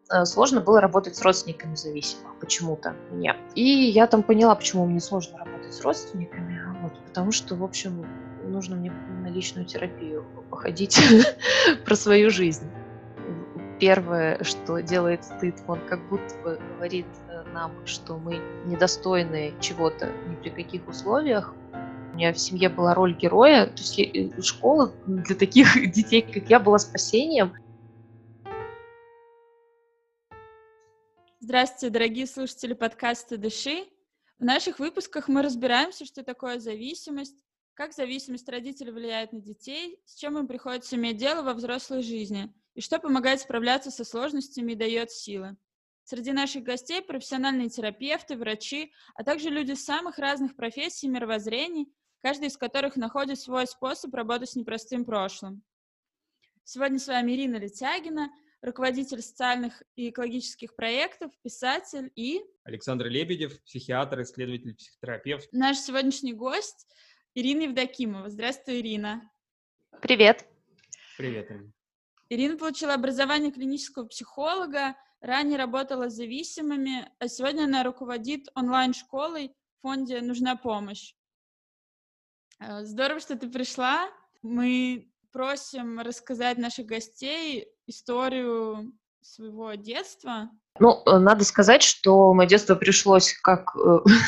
сложно было работать с родственниками зависимых почему-то мне. И я там поняла, почему мне сложно работать с родственниками, вот, потому что, в общем, нужно мне на личную терапию походить про свою жизнь. Первое, что делает стыд, он как будто бы говорит нам, что мы недостойны чего-то ни при каких условиях. У меня в семье была роль героя, то есть школа для таких детей, как я, была спасением. Здравствуйте, дорогие слушатели подкаста «Дыши». В наших выпусках мы разбираемся, что такое зависимость, как зависимость родителей влияет на детей, с чем им приходится иметь дело во взрослой жизни и что помогает справляться со сложностями и дает силы. Среди наших гостей профессиональные терапевты, врачи, а также люди самых разных профессий и мировоззрений, каждый из которых находит свой способ работать с непростым прошлым. Сегодня с вами Ирина Летягина, руководитель социальных и экологических проектов, писатель и Александр Лебедев, психиатр, исследователь, психотерапевт. Наш сегодняшний гость Ирина Евдокимова. Здравствуй, Ирина. Привет. Привет, Ирина. Ирина получила образование клинического психолога, ранее работала с зависимыми, а сегодня она руководит онлайн-школой в фонде «Нужна помощь». Здорово, что ты пришла. Мы просим рассказать наших гостей историю своего детства. Надо сказать, что мое детство пришлось, как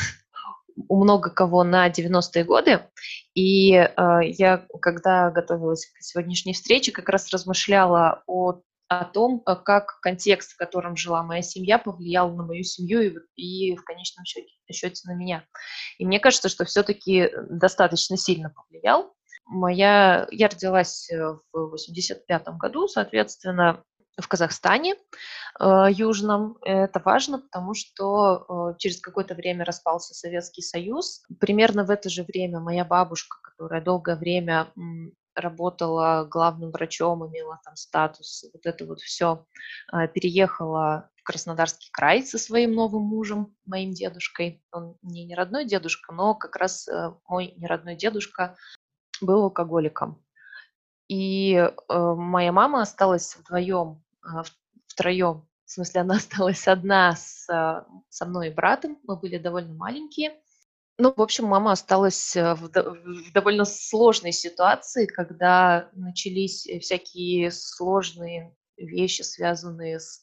у много кого, на 90-е годы. И я, когда готовилась к сегодняшней встрече, как раз размышляла о том, как контекст, в котором жила моя семья, повлиял на мою семью и в конечном счете на меня. И мне кажется, что все-таки достаточно сильно повлиял. Я родилась в 85-м году, соответственно, в Казахстане южном. Это важно, потому что через какое-то время распался Советский Союз. Примерно в это же время моя бабушка, которая долгое время работала главным врачом, имела там статус, вот это вот все, переехала в Краснодарский край со своим новым мужем, моим дедушкой. Он мне не родной дедушка, но как раз мой неродной дедушка был алкоголиком. И моя мама осталась втроем, в смысле, она осталась одна со мной и братом, мы были довольно маленькие. Ну, в общем, мама осталась в довольно сложной ситуации, когда начались всякие сложные вещи, связанные с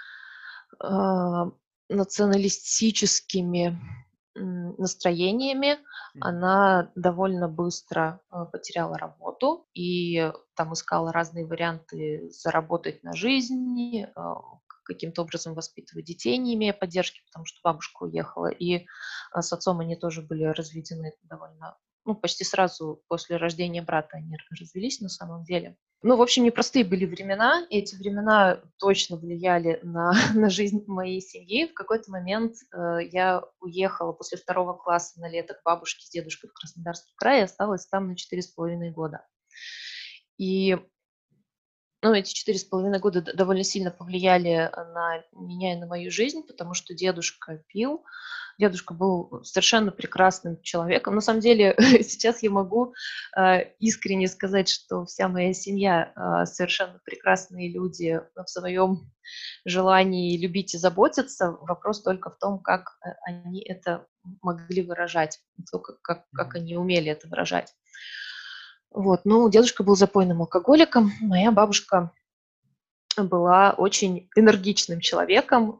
а, националистическими настроениями. Она довольно быстро потеряла работу и там искала разные варианты заработать на жизнь, каким-то образом воспитывать детей, не имея поддержки, потому что бабушка уехала. И с отцом они тоже были разведены довольно, почти сразу после рождения брата они развелись на самом деле. В общем, непростые были времена, и эти времена точно влияли на, на жизнь моей семьи. В какой-то момент я уехала после 2 класса на лето к бабушке с дедушкой в Краснодарский край и осталась там на 4,5 года. И эти 4,5 года довольно сильно повлияли на меня и на мою жизнь, потому что дедушка пил. Дедушка был совершенно прекрасным человеком. На самом деле, сейчас я могу искренне сказать, что вся моя семья совершенно прекрасные люди в своем желании любить и заботиться. Вопрос только в том, как они это могли выражать, то, как они умели это выражать. Вот. Дедушка был запойным алкоголиком, моя бабушка была очень энергичным человеком,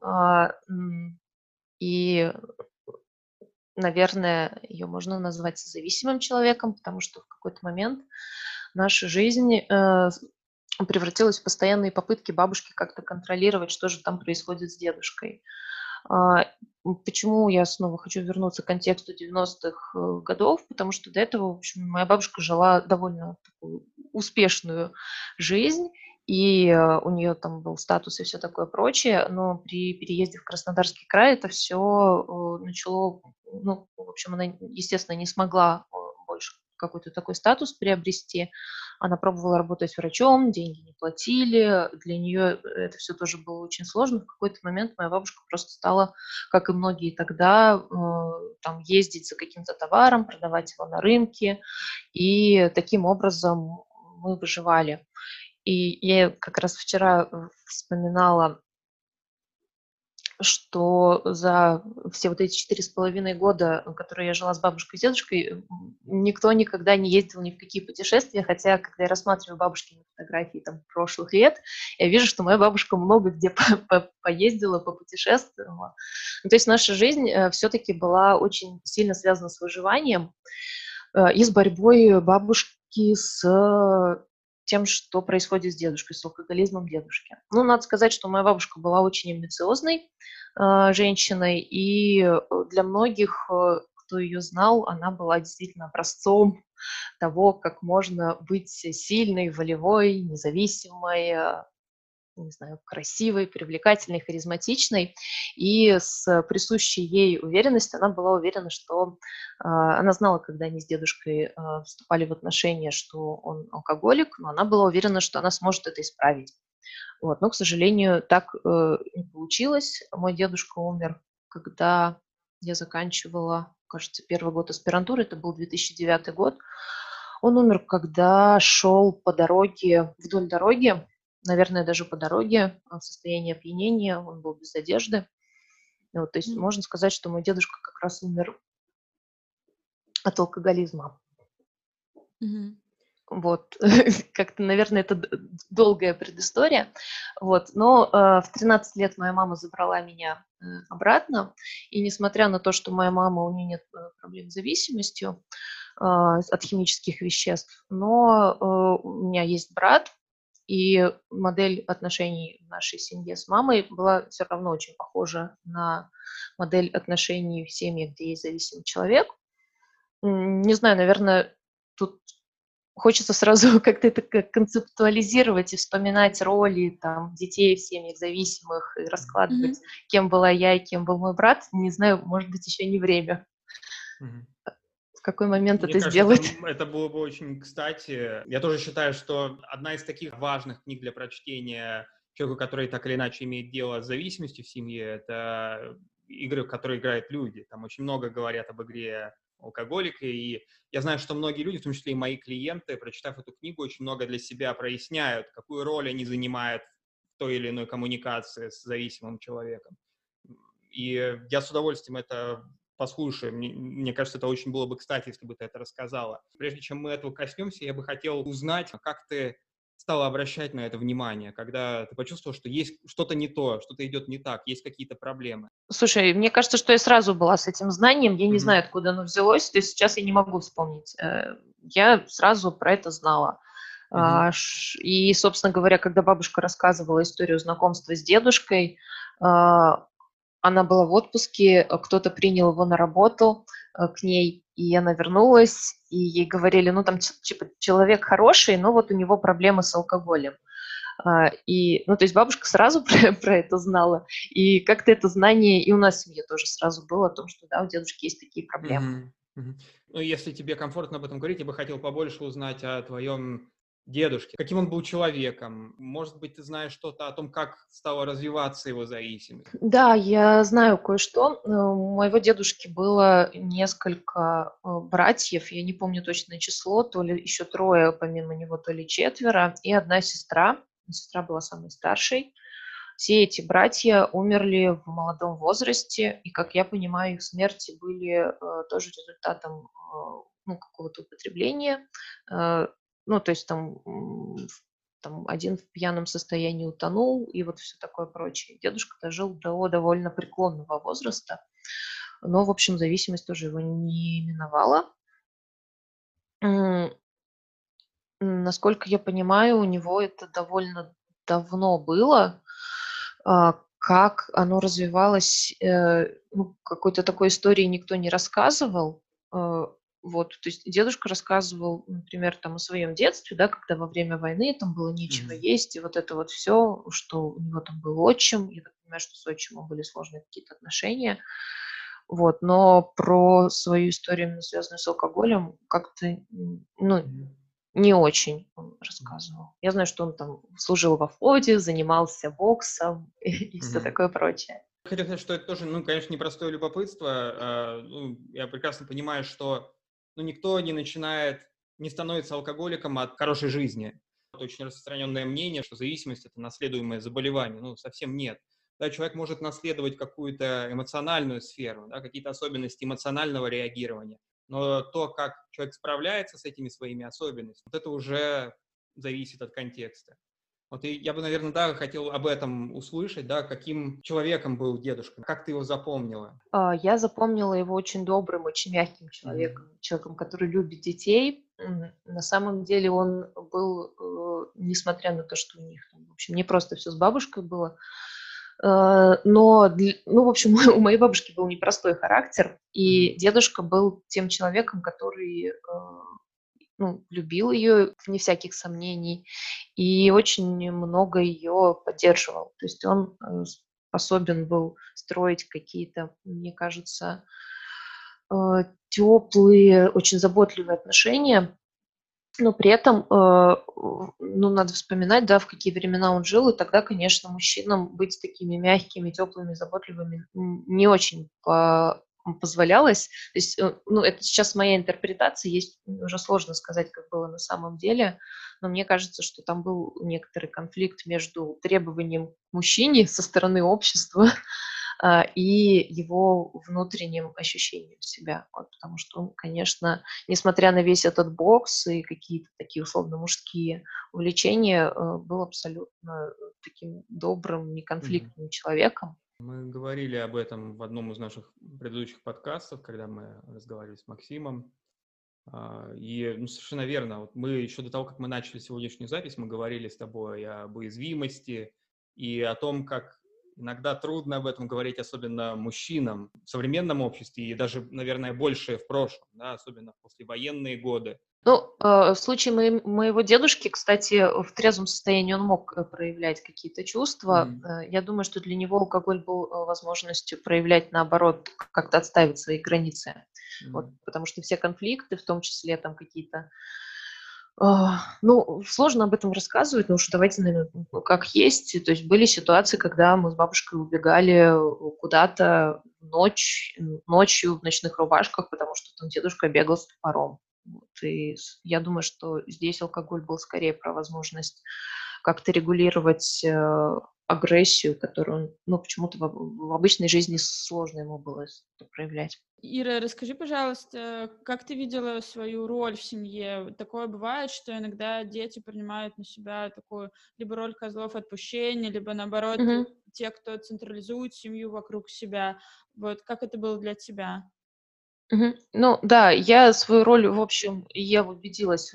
и, наверное, ее можно назвать зависимым человеком, потому что в какой-то момент наша жизнь превратилась в постоянные попытки бабушки как-то контролировать, что же там происходит с дедушкой. Почему я снова хочу вернуться к контексту 90-х годов? Потому что до этого, в общем, моя бабушка жила довольно такую успешную жизнь, и у нее там был статус и все такое прочее, но при переезде в Краснодарский край это все начало, в общем, она, естественно, не смогла больше какой-то такой статус приобрести. Она пробовала работать врачом, деньги не платили, для нее это все тоже было очень сложно. В какой-то момент моя бабушка просто стала, как и многие тогда, там ездить за каким-то товаром, продавать его на рынке, и таким образом мы выживали. И я как раз вчера вспоминала что за все вот эти 4,5 года, которые я жила с бабушкой и дедушкой, никто никогда не ездил ни в какие путешествия, хотя, когда я рассматриваю бабушкины фотографии там прошлых лет, я вижу, что моя бабушка много где поездила, попутешествовала. Ну, то есть наша жизнь все-таки была очень сильно связана с выживанием и с борьбой бабушки с тем, что происходит с дедушкой, с алкоголизмом дедушки. Ну, надо сказать, что моя бабушка была очень амбициозной женщиной, и для многих, кто ее знал, она была действительно образцом того, как можно быть сильной, волевой, независимой, не знаю, красивой, привлекательной, харизматичной. И с присущей ей уверенностью она была уверена, что она знала, когда они с дедушкой вступали в отношения, что он алкоголик, но она была уверена, что она сможет это исправить. Вот. Но, к сожалению, так не получилось. Мой дедушка умер, когда я заканчивала, кажется, первый год аспирантуры, это был 2009 год. Он умер, когда шел по дороге, вдоль дороги, наверное, даже по дороге, в состоянии опьянения, он был без одежды. Вот, то есть можно сказать, что мой дедушка как раз умер от алкоголизма. Мгм. Вот, как-то, наверное, это долгая предыстория. Вот, но в 13 лет моя мама забрала меня обратно, и несмотря на то, что моя мама, у нее нет проблем с зависимостью от химических веществ, но у меня есть брат, и модель отношений в нашей семье с мамой была все равно очень похожа на модель отношений в семье, где есть зависимый человек. Не знаю, наверное, тут хочется сразу как-то это концептуализировать и вспоминать роли там, детей в семьях зависимых и раскладывать, Мгм. кем была я и кем был мой брат. Не знаю, может быть, еще не время. Мгм. В какой момент Мне это кажется, это, сделать? это было бы очень кстати. Я тоже считаю, что одна из таких важных книг для прочтения человеку, который так или иначе имеет дело с зависимостью в семье, это игры, в которые играют люди. Там очень много говорят об игре алкоголика, и я знаю, что многие люди, в том числе и мои клиенты, прочитав эту книгу, очень много для себя проясняют, какую роль они занимают в той или иной коммуникации с зависимым человеком. И я с удовольствием это послушаю. Мне кажется, это очень было бы кстати, если бы ты это рассказала. Прежде чем мы этого коснемся, я бы хотел узнать, как ты стала обращать на это внимание, когда ты почувствовал, что есть что-то не то, что-то идет не так, есть какие-то проблемы. Слушай, мне кажется, что я сразу была с этим знанием, я не Мгм. знаю, откуда оно взялось, то есть сейчас я не могу вспомнить. Я сразу про это знала. Мгм. И, собственно говоря, когда бабушка рассказывала историю знакомства с дедушкой, а, она была в отпуске, кто-то принял его на работу к ней, и она вернулась, и ей говорили, ну, там, типа, человек хороший, но вот у него проблемы с алкоголем. Ну, то есть бабушка сразу про это знала, и как-то это знание и у нас в семье тоже сразу было о том, что, да, у дедушки есть такие проблемы. Мгм. Мгм. Ну, если тебе комфортно об этом говорить, я бы хотел побольше узнать о твоем дедушке. Каким он был человеком? Может быть, ты знаешь что-то о том, как стала развиваться его зависимость? Да, я знаю кое-что. У моего дедушки было несколько братьев, я не помню точное число, то ли еще трое помимо него, то ли четверо, и одна сестра. Сестра была самой старшей. Все эти братья умерли в молодом возрасте, и, как я понимаю, их смерти были тоже результатом ну, какого-то употребления. Э, ну, то есть там один в пьяном состоянии утонул, и вот все такое прочее. Дедушка дожил до довольно преклонного возраста, но, в общем, зависимость тоже его не миновала. М, Насколько я понимаю, у него это довольно давно было. Как оно развивалось, ну, какой-то такой истории никто не рассказывал. Э, вот, то есть дедушка рассказывал, например, там о своем детстве, да, когда во время войны там было нечего Мгм. есть, и вот это вот все, что у него там был отчим. Я так понимаю, что с отчимом были сложные какие-то отношения. Вот, но про свою историю, именно связанную с алкоголем, как-то, ну, Мгм. не очень он Мгм. рассказывал. Я знаю, что он там служил во флоте, занимался боксом и всё Мгм. такое прочее. Хотел сказать, что это тоже, ну, конечно, непростое любопытство. Ну, я прекрасно понимаю, что ну, никто не начинает, не становится алкоголиком от хорошей жизни. Это очень распространенное мнение, что зависимость– это наследуемое заболевание. Ну, совсем нет. да, человек может наследовать какую-то эмоциональную сферу, да, какие-то особенности эмоционального реагирования. Но то, как человек справляется с этими своими особенностями, вот это уже зависит от контекста. Вот и я бы, наверное, да, хотел об этом услышать, да, каким человеком был дедушка, как ты его запомнила? Я запомнила его очень добрым, очень мягким Мгм. человеком, который любит детей. На самом деле он был, несмотря на то, что у них там, в общем, не просто все с бабушкой было, но, ну, в общем, у моей бабушки был непростой характер, и Мгм. дедушка был тем человеком, который, ну, любил ее вне всяких сомнений и очень много ее поддерживал. То есть он способен был строить какие-то, мне кажется, теплые, очень заботливые отношения, но при этом, ну, надо вспоминать, да, в какие времена он жил, и тогда, конечно, мужчинам быть такими мягкими, теплыми, заботливыми не очень позволялось. То есть, ну, это сейчас моя интерпретация, есть уже сложно сказать, как было на самом деле, но мне кажется, что там был некоторый конфликт между требованием к мужчине со стороны общества и его внутренним ощущением себя. Вот, потому что он, конечно, несмотря на весь этот бокс и какие-то такие условно мужские увлечения, был абсолютно таким добрым, Мгм. неконфликтным человеком. Мы говорили об этом в одном из наших предыдущих подкастов, когда мы разговаривали с Максимом. И ну, совершенно верно. Вот мы еще до того, как мы начали сегодняшнюю запись, мы говорили с тобой об уязвимости и о том, как иногда трудно об этом говорить, особенно мужчинам в современном обществе и даже, наверное, больше в прошлом, да, особенно в послевоенные годы. Ну, в случае моего дедушки, кстати, в трезвом состоянии он мог проявлять какие-то чувства. Мгм. Я думаю, что для него алкоголь был возможностью проявлять, наоборот, как-то отставить свои границы. Вот, Мгм. потому что все конфликты, в том числе там какие-то. Ну, сложно об этом рассказывать, но уж давайте, наверное, как есть. То есть были ситуации, когда мы с бабушкой убегали куда-то ночью в ночных рубашках, потому что там дедушка бегал с топором. Вот, и я думаю, что здесь алкоголь был скорее про возможность как-то регулировать агрессию, которую он, ну, почему-то в обычной жизни сложно ему было это проявлять. Ира, расскажи, пожалуйста, как ты видела свою роль в семье? Такое бывает, что иногда дети принимают на себя такую либо роль козлов отпущения, либо наоборот Мгм. те, кто централизует семью вокруг себя. Вот как это было для тебя? Мгм. Ну да, я свою роль, в общем, я убедилась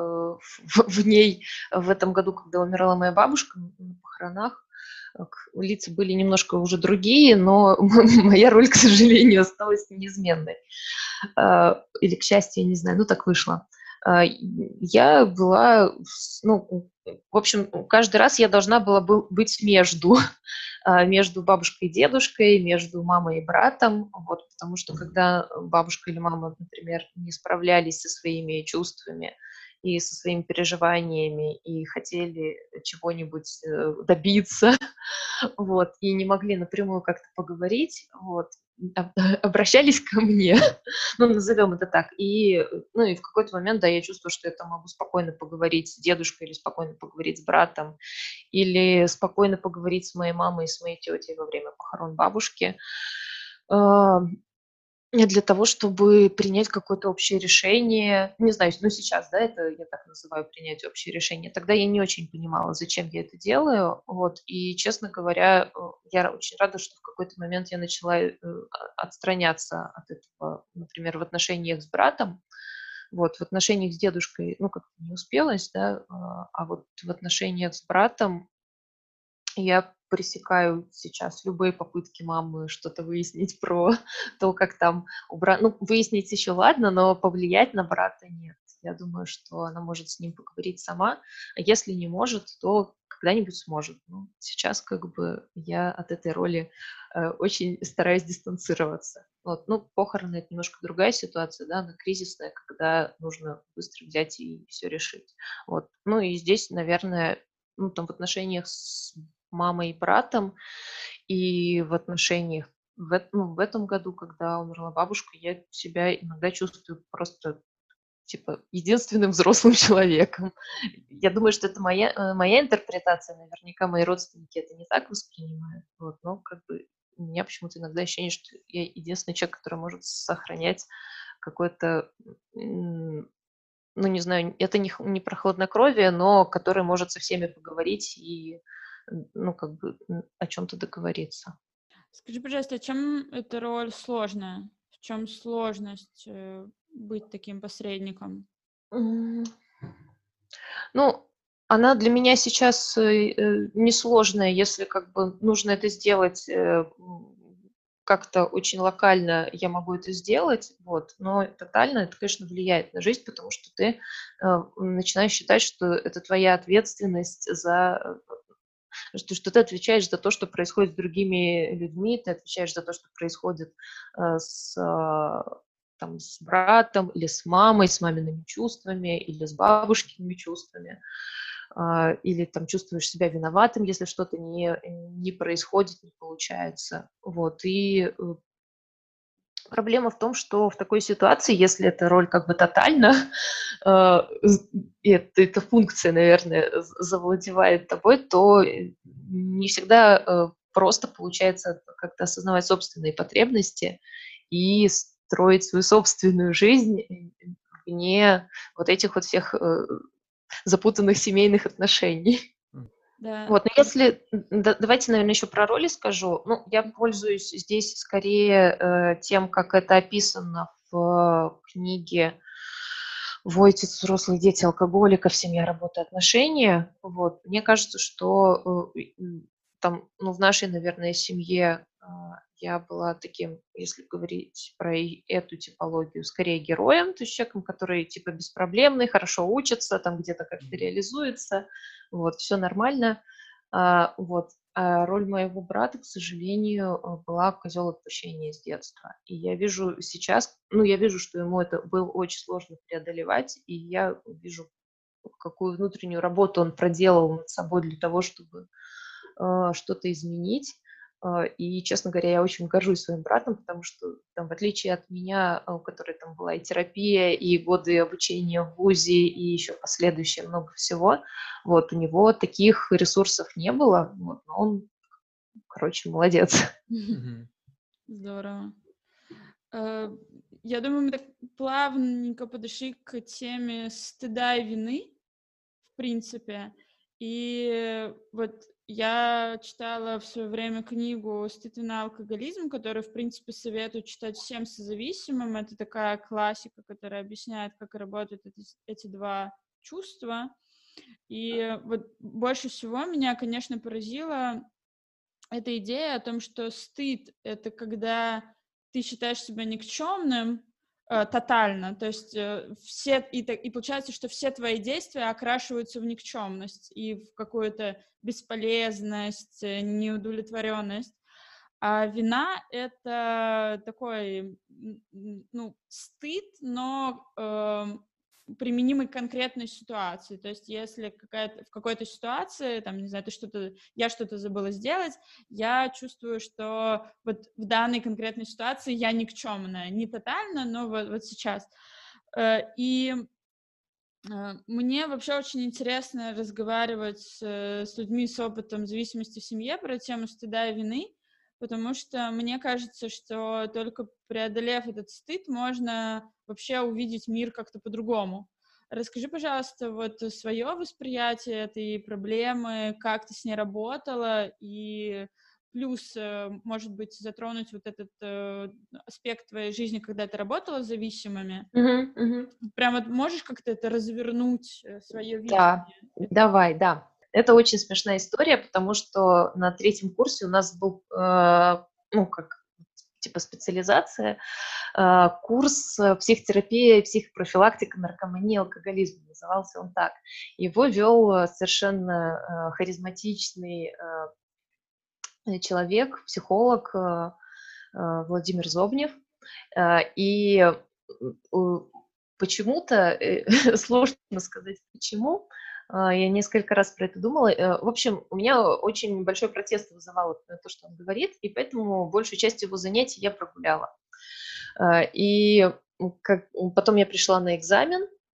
в ней в этом году, когда умерла моя бабушка на похоронах. Лица были немножко уже другие, но моя роль, к сожалению, осталась неизменной. Или, к счастью, я не знаю, ну так вышло. Я была, ну, в общем, каждый раз я должна была быть между между бабушкой и дедушкой, между мамой и братом. Вот, потому что когда бабушка или мама, например, не справлялись со своими чувствами и со своими переживаниями и хотели чего-нибудь добиться, вот, и не могли напрямую как-то поговорить, вот, обращались ко мне, ну, назовем это так. И, ну, и в какой-то момент, да, я чувствую, что я там могу спокойно поговорить с дедушкой или спокойно поговорить с братом, или спокойно поговорить с моей мамой и с моей тетей во время похорон бабушки, а, для того, чтобы принять какое-то общее решение. Не знаю, ну, сейчас, да, это я так называю принять общее решение. Тогда я не очень понимала, зачем я это делаю. Вот. И, честно говоря, я очень рада, что в какой-то момент я начала отстраняться от этого, например, в отношениях с братом. Вот, в отношениях с дедушкой, ну, как-то не успелось, да, а вот в отношениях с братом я пресекаю сейчас любые попытки мамы что-то выяснить про то, как там у брата. Ну, выяснить еще ладно, но повлиять на брата нет. Я думаю, что она может с ним поговорить сама, а если не может, то когда-нибудь сможет. Ну, сейчас как бы я от этой роли очень стараюсь дистанцироваться. Вот. Ну, похороны — это немножко другая ситуация, да, она кризисная, когда нужно быстро взять и все решить. Вот. Ну и здесь, наверное, ну, там в отношениях с мамой и братом, и в отношениях ну, в этом году, когда умерла бабушка, я себя иногда чувствую просто типа, единственным взрослым человеком. Я думаю, что это моя интерпретация, наверняка мои родственники это не так воспринимают, вот, но как бы у меня почему-то иногда ощущение, что я единственный человек, который может сохранять какое-то, ну, не знаю, это не про хладнокровие, но который может со всеми поговорить и, ну, как бы, о чем-то договориться. Скажи, пожалуйста, а чем эта роль сложная? В чем сложность быть таким посредником? М, ну, она для меня сейчас, несложная, если как бы нужно это сделать, как-то очень локально, я могу это сделать, вот. Но тотально это, конечно, влияет на жизнь, потому что ты, начинаешь считать, что это твоя ответственность что ты отвечаешь за то, что происходит с другими людьми, ты отвечаешь за то, что происходит, там, с братом или с мамой, с мамиными чувствами или с бабушкиными чувствами. Или там чувствуешь себя виноватым, если что-то не происходит, не получается. Вот. И проблема в том, что в такой ситуации, если эта роль как бы тотальна, и эта функция, наверное, завладевает тобой, то не всегда просто получается как-то осознавать собственные потребности и строить свою собственную жизнь вне вот этих вот всех запутанных семейных отношений. Да, Вот, но если давайте, наверное, еще про роли скажу. Ну, я пользуюсь здесь скорее, тем, как это описано в книге "Войтец. Взрослые дети алкоголиков. Семья, работа, отношения". Вот. Мне кажется, что, там, ну, в нашей, наверное, семье, я была таким, если говорить про эту типологию, скорее героем, то есть человеком, который типа беспроблемный, хорошо учится, там где-то как-то реализуется, вот, все нормально. Вот. А роль моего брата, к сожалению, была козел отпущения с детства. И я вижу сейчас, ну, я вижу, что ему это было очень сложно преодолевать, и я вижу, какую внутреннюю работу он проделал над собой для того, чтобы что-то изменить. И, честно говоря, я очень горжусь своим братом, потому что, там, в отличие от меня, у которой там была и терапия, и годы обучения в ВУЗе, и еще последующее много всего, вот, у него таких ресурсов не было, вот, но он, короче, молодец. Мгм. здорово. Э, Я думаю, мы так плавненько подошли к теме стыда и вины, в принципе. И вот я читала в свое время книгу «Стыд, вина, алкоголизм», которую, в принципе, советую читать всем созависимым. Это такая классика, которая объясняет, как работают эти два чувства. И вот больше всего меня, конечно, поразила эта идея о том, что стыд — это когда ты считаешь себя никчемным, тотально, то есть и получается, что все твои действия окрашиваются в никчемность и в какую-то бесполезность, неудовлетворенность. А вина — это такой, ну, стыд, но применимый к конкретной ситуации. То есть если в какой-то ситуации, там, не знаю, я что-то забыла сделать, я чувствую, что вот в данной конкретной ситуации я никчемная. Не тотально, но вот сейчас. И мне вообще очень интересно разговаривать с людьми с опытом зависимости в семье про тему стыда и вины, потому что мне кажется, что только преодолев этот стыд, можно вообще увидеть мир как-то по-другому. Расскажи, пожалуйста, вот свое восприятие этой проблемы, как ты с ней работала, и плюс, может быть, затронуть вот этот аспект твоей жизни, когда ты работала с зависимыми. Мгм, мгм. Прям вот можешь как-то это развернуть, свое Да, видение этого? давай, да. Это очень смешная история, потому что на третьем курсе у нас был, ну, как типа специализация, курс психотерапия и психопрофилактика наркомании и алкоголизма. Назывался он так. Его вел совершенно харизматичный человек, психолог Владимир Зобнев. И почему-то, сложно сказать почему, я несколько раз про это думала. В общем, у меня очень большой протест вызывало то, что он говорит, и поэтому большую часть его занятий я прогуляла. И потом я пришла на экзамен,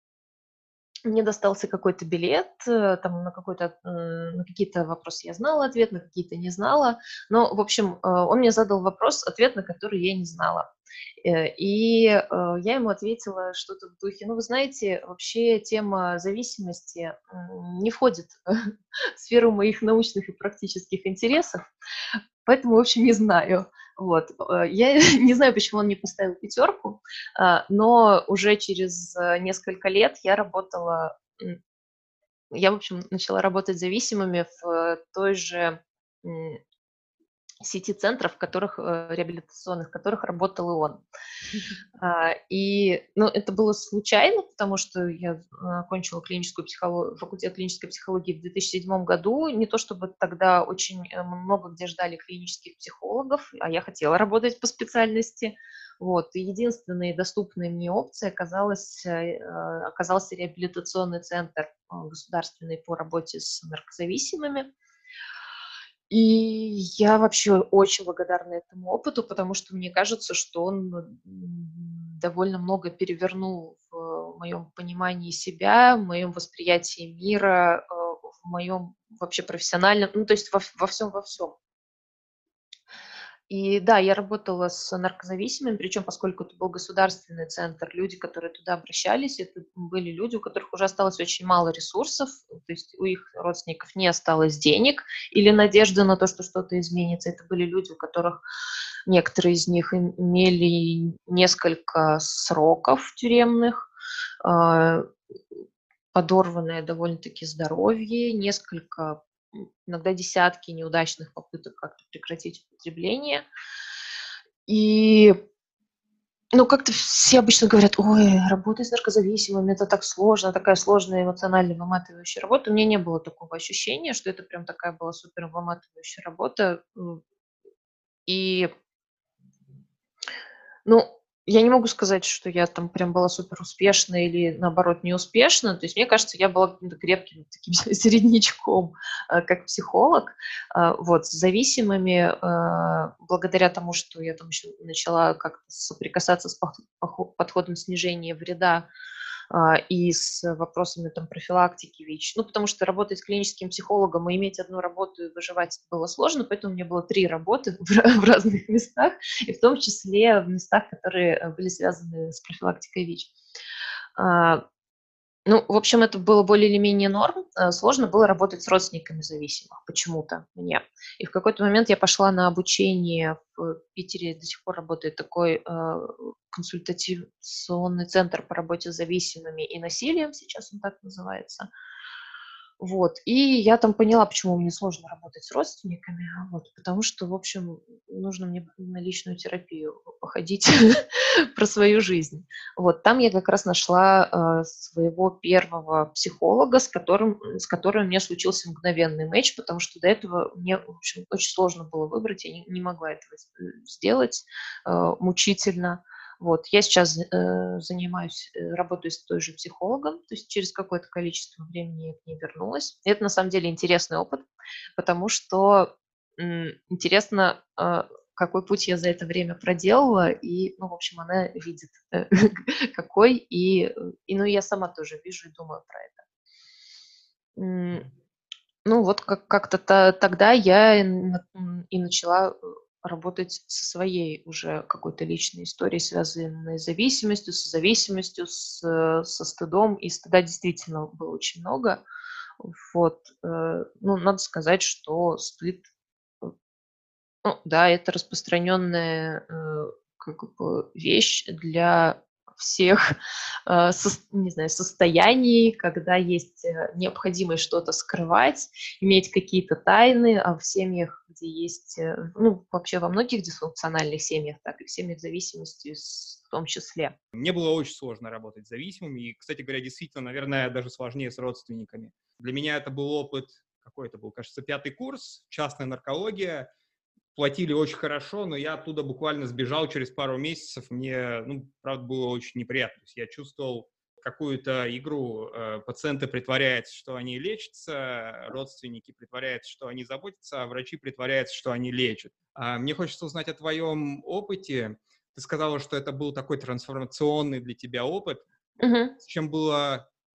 мне достался какой-то билет, там на какие-то вопросы я знала ответ, на какие-то не знала. Но, в общем, он мне задал вопрос, ответ на который я не знала. Я ему ответила что-то в духе: ну, вы знаете, вообще тема зависимости не входит в сферу моих научных и практических интересов, поэтому, в общем, не знаю. Вот. Я не знаю, почему он мне поставил пятерку, но уже через несколько лет я, в общем, начала работать с зависимыми в той же м, сети центров, реабилитационных, в которых работал и он. Ну, это было случайно, потому что я окончила факультет клинической психологии в 2007 году. Не то чтобы тогда очень много где ждали клинических психологов, а я хотела работать по специальности. Вот. И единственной доступной мне опцией оказался реабилитационный центр государственный по работе с наркозависимыми. И я вообще очень благодарна этому опыту, потому что мне кажется, что он довольно много перевернул в моем понимании себя, в моем восприятии мира, в моем вообще профессиональном, ну, то есть во всем, во всем. И да, я работала с наркозависимыми, причем, поскольку это был государственный центр, люди, которые туда обращались, это были люди, у которых уже осталось очень мало ресурсов, то есть у их родственников не осталось денег или надежды на то, что что-то изменится. Это были люди, у которых некоторые из них имели несколько сроков тюремных, подорванное довольно-таки здоровье, иногда десятки неудачных попыток как-то прекратить употребление. И, ну, как-то все обычно говорят: ой, работать с наркозависимыми — это так сложно, такая сложная эмоционально выматывающая работа. У меня не было такого ощущения, что это прям такая была супер выматывающая работа. И, ну, я не могу сказать, что я там прям была супер успешна или, наоборот, неуспешна. То есть мне кажется, я была каким-то крепким таким середнячком, как психолог. Вот, с зависимыми, благодаря тому, что я там еще начала как-то соприкасаться с подходом снижения вреда, и с вопросами там профилактики ВИЧ. Ну, потому что работать клиническим психологом и иметь одну работу и выживать было сложно, поэтому у меня было 3 работы в разных местах, и в том числе в местах, которые были связаны с профилактикой ВИЧ. Ну, в общем, это было более или менее норм. Сложно было работать с родственниками зависимых почему-то мне. И в какой-то момент я пошла на обучение в Питере, до сих пор работает такой консультационный центр по работе с зависимыми и насилием, сейчас он так называется. Вот. И я там поняла, почему мне сложно работать с родственниками. Вот. Потому что, в общем, нужно мне на личную терапию походить про свою жизнь. Вот. Там я как раз нашла своего первого психолога, с которым у меня случился мгновенный матч, потому что до этого мне, в общем, очень сложно было выбрать, я не могла этого сделать мучительно. Вот. Я сейчас работаю с той же психологом, то есть через какое-то количество времени я к ней вернулась. И это на самом деле интересный опыт, потому что интересно, какой путь я за это время проделала, и, ну, в общем, она видит, какой, ну, я сама тоже вижу и думаю про это. Ну, вот как-то тогда я и начала работать со своей уже какой-то личной историей, связанной с зависимостью, со стыдом. И стыда действительно было очень много. Вот. Ну, надо сказать, что стыд, ну да, это распространенная как бы вещь для всех, не знаю, состояний, когда есть необходимость что-то скрывать, иметь какие-то тайны, а в семьях, где есть, ну, вообще во многих дисфункциональных семьях, так и в семьях зависимости в том числе. Мне было очень сложно работать с зависимыми, и, кстати говоря, действительно, наверное, даже сложнее с родственниками. Для меня это был опыт, какой это был, кажется, 5-й курс, частная наркология. Платили очень хорошо, но я оттуда буквально сбежал через пару месяцев. Мне, ну, правда, было очень неприятно. То есть я чувствовал какую-то игру. Пациенты притворяются, что они лечатся, родственники притворяются, что они заботятся, а врачи притворяются, что они лечат. Мне хочется узнать о твоем опыте. Ты сказала, что это был такой трансформационный для тебя опыт. Мгм. С чем было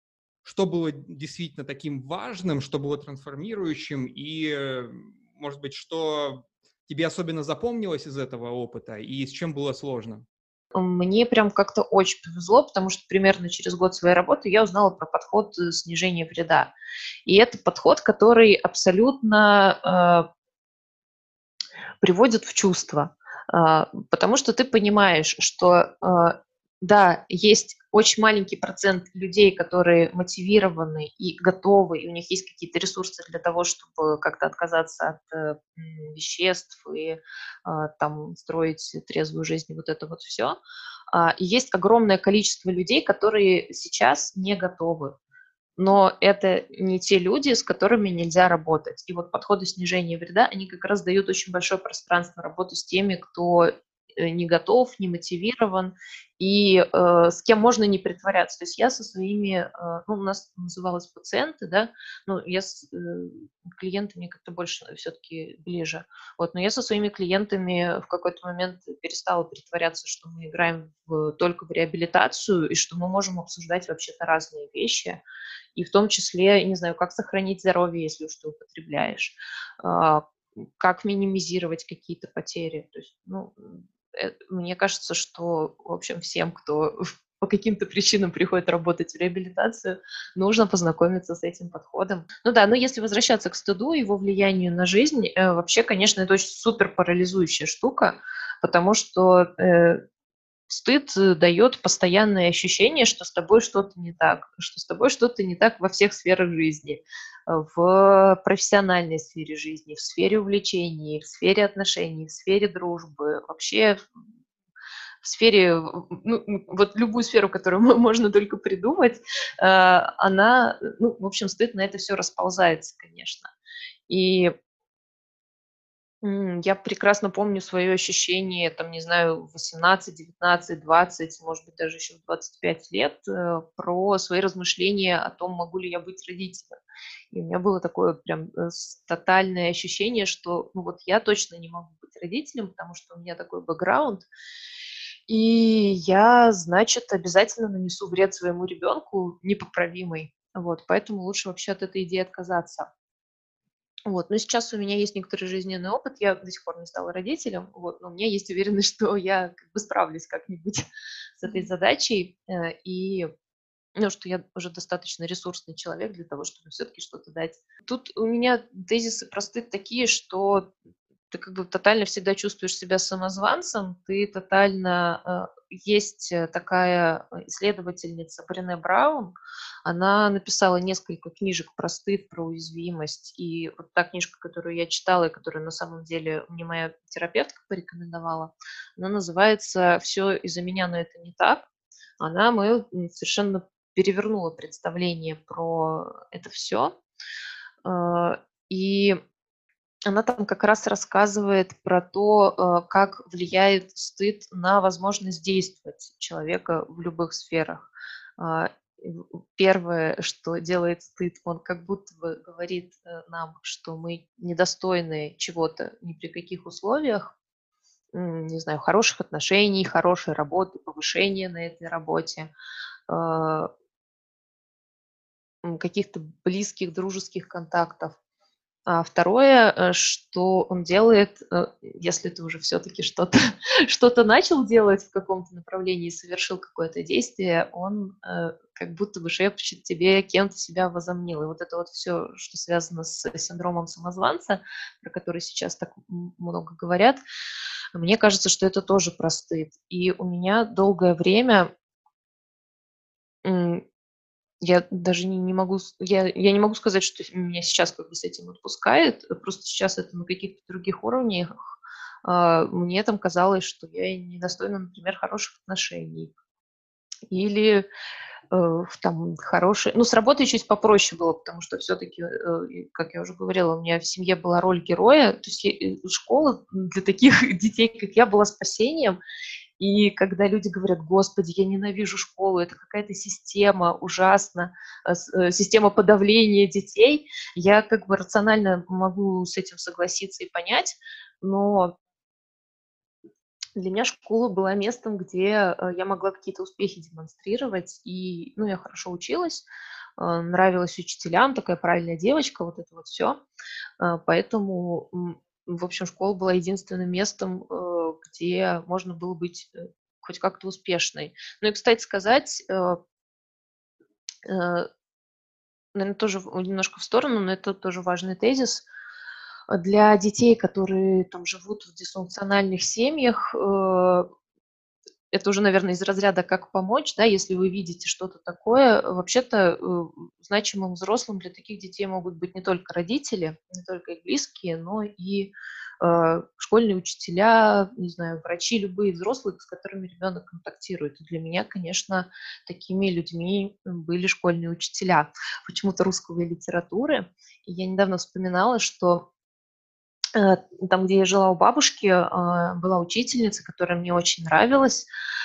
что было действительно таким важным, что было трансформирующим, и, может быть, что тебе особенно запомнилось из этого опыта, и с чем было сложно? Мне прям как-то очень повезло, потому что примерно через год своей работы я узнала про подход снижения вреда. И это подход, который абсолютно приводит в чувство. Потому что ты понимаешь, что да, есть очень маленький процент людей, которые мотивированы и готовы, и у них есть какие-то ресурсы для того, чтобы как-то отказаться от веществ и там строить трезвую жизнь, и вот это вот все. И есть огромное количество людей, которые сейчас не готовы. Но это не те люди, с которыми нельзя работать. И вот подходы снижения вреда, они как раз дают очень большое пространство работы с теми, кто не готов, не мотивирован, и с кем можно не притворяться. То есть я со своими, ну, у нас называлось пациенты, да, ну, я с клиентами как-то больше все-таки ближе. Вот, но я со своими клиентами в какой-то момент перестала притворяться, что мы играем только в реабилитацию, и что мы можем обсуждать вообще-то разные вещи, и в том числе, не знаю, как сохранить здоровье, если уж ты употребляешь, а, как минимизировать какие-то потери. То есть, ну, мне кажется, что, в общем, всем, кто по каким-то причинам приходит работать в реабилитацию, нужно познакомиться с этим подходом. Ну да, но если возвращаться к стыду, его влиянию на жизнь, вообще, конечно, это очень супер парализующая штука, потому что стыд дает постоянное ощущение, что с тобой что-то не так, что с тобой что-то не так во всех сферах жизни, в профессиональной сфере жизни, в сфере увлечений, в сфере отношений, в сфере дружбы, вообще в сфере, ну, вот любую сферу, которую можно только придумать, она, ну, в общем, стыд на это все расползается, конечно. И я прекрасно помню свое ощущение, там, не знаю, в 18, 19, 20, может быть, даже еще в 25 лет, про свои размышления о том, могу ли я быть родителем. И у меня было такое прям тотальное ощущение, что ну, вот я точно не могу быть родителем, потому что у меня такой бэкграунд, и я, значит, обязательно нанесу вред своему ребенку непоправимый. Вот, поэтому лучше вообще от этой идеи отказаться. Вот, но сейчас у меня есть некоторый жизненный опыт, я до сих пор не стала родителем, вот, но у меня есть уверенность, что я как бы справлюсь как-нибудь с этой задачей, и ну, что я уже достаточно ресурсный человек для того, чтобы все-таки что-то дать. Тут у меня тезисы простые такие, что ты как бы тотально всегда чувствуешь себя самозванцем, ты тотально... Есть такая исследовательница Брене Браун, она написала несколько книжек про стыд, про уязвимость, и вот та книжка, которую я читала, и которую на самом деле мне моя терапевтка порекомендовала, она называется «Все из-за меня, но это не так». Она мое совершенно перевернула представление про это все. И она там как раз рассказывает про то, как влияет стыд на возможность действовать человека в любых сферах. Первое, что делает стыд, он как будто бы говорит нам, что мы недостойны чего-то ни при каких условиях, не знаю, хороших отношений, хорошей работы, повышения на этой работе, а, каких-то близких дружеских контактов. А второе, что он делает, если ты уже все-таки что-то что начал делать в каком-то направлении, совершил какое-то действие, он как будто бы шепчет тебе, кем ты себя возомнил. И вот это вот все, что связано с синдромом самозванца, про который сейчас так много говорят, мне кажется, что это тоже про стыд. И у меня долгое время я даже не могу, я не могу сказать, что меня сейчас как бы с этим отпускает, просто сейчас это на каких-то других уровнях. Мне там казалось, что я недостойна, например, хороших отношений или там хорошие... Ну, с работой чуть попроще было, потому что все-таки, как я уже говорила, у меня в семье была роль героя, то есть школа для таких детей, как я, была спасением, и когда люди говорят: «Господи, я ненавижу школу, это какая-то система, ужасно, система подавления детей», я как бы рационально могу с этим согласиться и понять, но для меня школа была местом, где я могла какие-то успехи демонстрировать, и, ну, я хорошо училась, нравилась учителям, такая правильная девочка, вот это вот все. Поэтому, в общем, школа была единственным местом, где можно было быть хоть как-то успешной. Ну и, кстати сказать, наверное, тоже немножко в сторону, но это тоже важный тезис. Для детей, которые там живут в дисфункциональных семьях, это уже, наверное, из разряда «как помочь», да, если вы видите что-то такое. Вообще-то, значимым взрослым для таких детей могут быть не только родители, не только их близкие, но и школьные учителя, не знаю, врачи, любые взрослые, с которыми ребенок контактирует. И для меня, конечно, такими людьми были школьные учителя почему-то русского и литературы. И я недавно вспоминала, что там, где я жила у бабушки, была учительница, которая мне очень нравилась.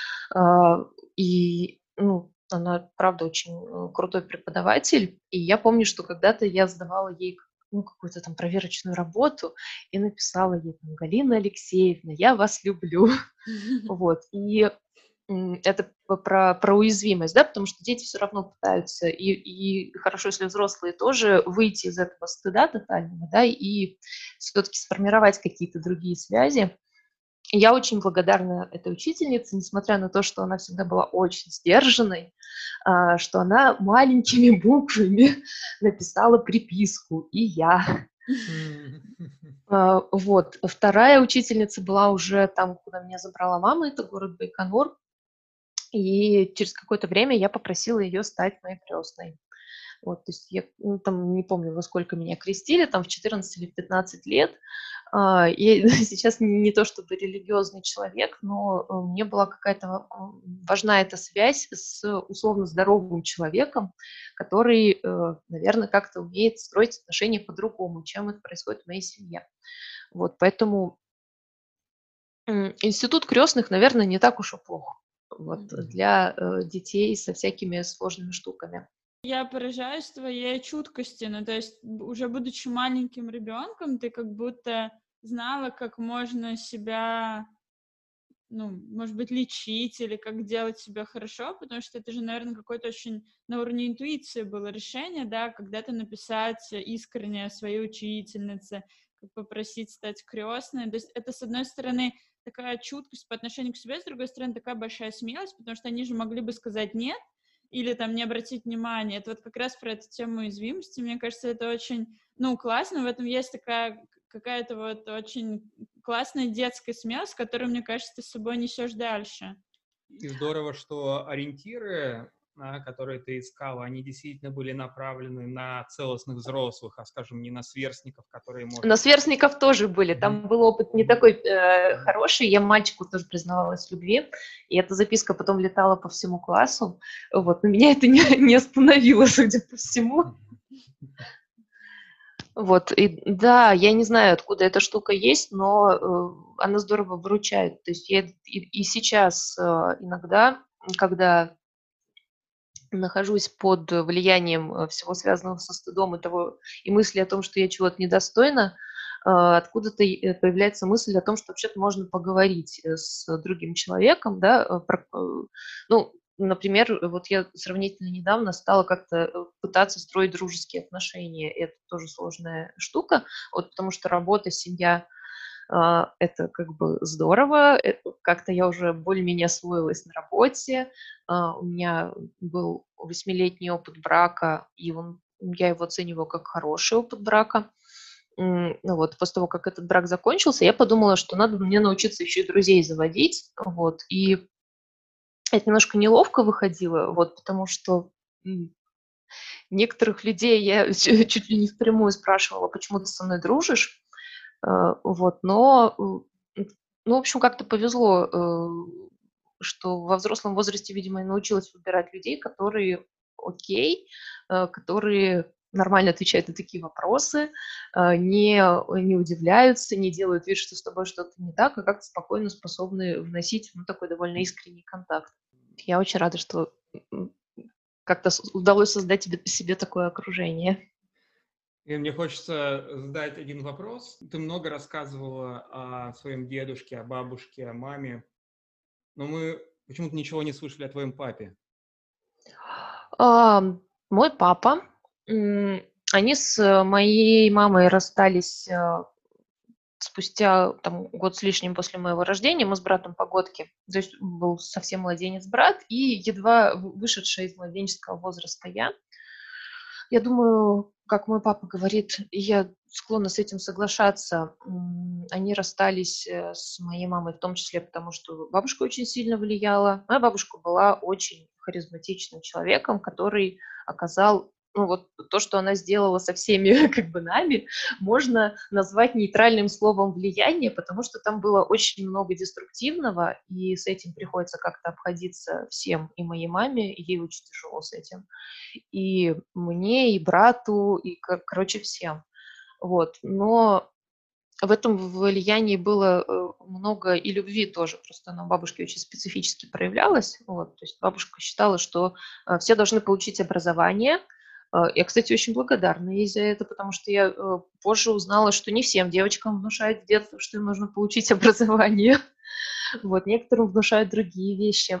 И, ну, она, правда, очень крутой преподаватель. И я помню, что когда-то я сдавала ей какую-то там проверочную работу и написала ей там: «Галина Алексеевна, я вас люблю». Вот. И это про уязвимость, да, потому что дети все равно пытаются, и хорошо, если взрослые тоже, выйти из этого стыда тотального, да, и все-таки сформировать какие-то другие связи. И я очень благодарна этой учительнице, несмотря на то, что она всегда была очень сдержанной, что она маленькими буквами написала приписку «и я». Вот. Вторая учительница была уже там, куда меня забрала мама, это город Байконур. И через какое-то время я попросила ее стать моей крестной. Вот, то есть я, там не помню, во сколько меня крестили, там в 14 или в 15 лет. Я сейчас не то чтобы религиозный человек, но мне была какая-то важна эта связь с условно здоровым человеком, который, наверное, как-то умеет строить отношения по-другому, чем это происходит в моей семье. Вот, поэтому институт крестных, наверное, не так уж и плох вот, для детей со всякими сложными штуками. Я поражаюсь твоей чуткости, ну, то есть уже будучи маленьким ребенком, ты как будто знала, как можно себя, ну, может быть, лечить или как делать себя хорошо, потому что это же, наверное, какое-то очень на уровне интуиции было решение, да, когда-то написать искренне своей учительнице, попросить стать крестной. То есть это, с одной стороны, такая чуткость по отношению к себе, с другой стороны, такая большая смелость, потому что они же могли бы сказать «нет», или там не обратить внимания. Это вот как раз про эту тему уязвимости. Мне кажется, это очень, ну, классно. В этом есть такая какая-то вот очень классная детская смелость, которую, мне кажется, ты с собой несешь дальше. И здорово, что ориентиры, которые ты искала, они действительно были направлены на целостных взрослых, а, скажем, не на сверстников, которые, может Но быть... сверстников тоже были. Там был опыт не такой хороший. Я мальчику тоже признавалась в любви. И эта записка потом летала по всему классу. Вот. Но меня это не остановило, судя по всему. Вот. И да, я не знаю, откуда эта штука есть, но она здорово выручает. То есть я и сейчас иногда, когда нахожусь под влиянием всего связанного со стыдом и мысли о том, что я чего-то недостойна, откуда-то появляется мысль о том, что вообще-то можно поговорить с другим человеком, да, ну, например, вот я сравнительно недавно стала как-то пытаться строить дружеские отношения. Это тоже сложная штука, вот потому что работа, семья, это как бы здорово. Как-то я уже более-менее освоилась на работе. У меня был 8-летний опыт брака, и я его оцениваю как хороший опыт брака. Ну вот, после того, как этот брак закончился, я подумала, что надо мне научиться еще и друзей заводить. Вот, и это немножко неловко выходило, вот, потому что некоторых людей я чуть ли не впрямую спрашивала: «Почему ты со мной дружишь?» Вот, но, ну, в общем, как-то повезло, что во взрослом возрасте, видимо, я научилась выбирать людей, которые окей, которые нормально отвечают на такие вопросы, не удивляются, не делают вид, что с тобой что-то не так, а как-то спокойно способны вносить, ну, такой довольно искренний контакт. Я очень рада, что как-то удалось создать себе такое окружение. И мне хочется задать один вопрос. Ты много рассказывала о своем дедушке, о бабушке, о маме, но мы почему-то ничего не слышали о твоем папе. Мой папа, они с моей мамой расстались спустя там, год с лишним после моего рождения. Мы с братом погодки. То есть был совсем младенец брат и едва вышедшая из младенческого возраста я. Я думаю, как мой папа говорит, и я склонна с этим соглашаться, они расстались с моей мамой в том числе, потому что бабушка очень сильно влияла. Моя бабушка была очень харизматичным человеком, который оказал, ну вот то, что она сделала со всеми как бы нами, можно назвать нейтральным словом влияние, потому что там было очень много деструктивного, и с этим приходится как-то обходиться всем, и моей маме, и ей очень тяжело с этим, и мне, и брату, и, короче, всем. Вот. Но в этом влиянии было много и любви тоже, просто она у бабушки очень специфически проявлялась. Вот. То есть бабушка считала, что все должны получить образование. Я, кстати, очень благодарна ей за это, потому что я позже узнала, что не всем девочкам внушают с детства, что им нужно получить образование. Вот. Некоторым внушают другие вещи.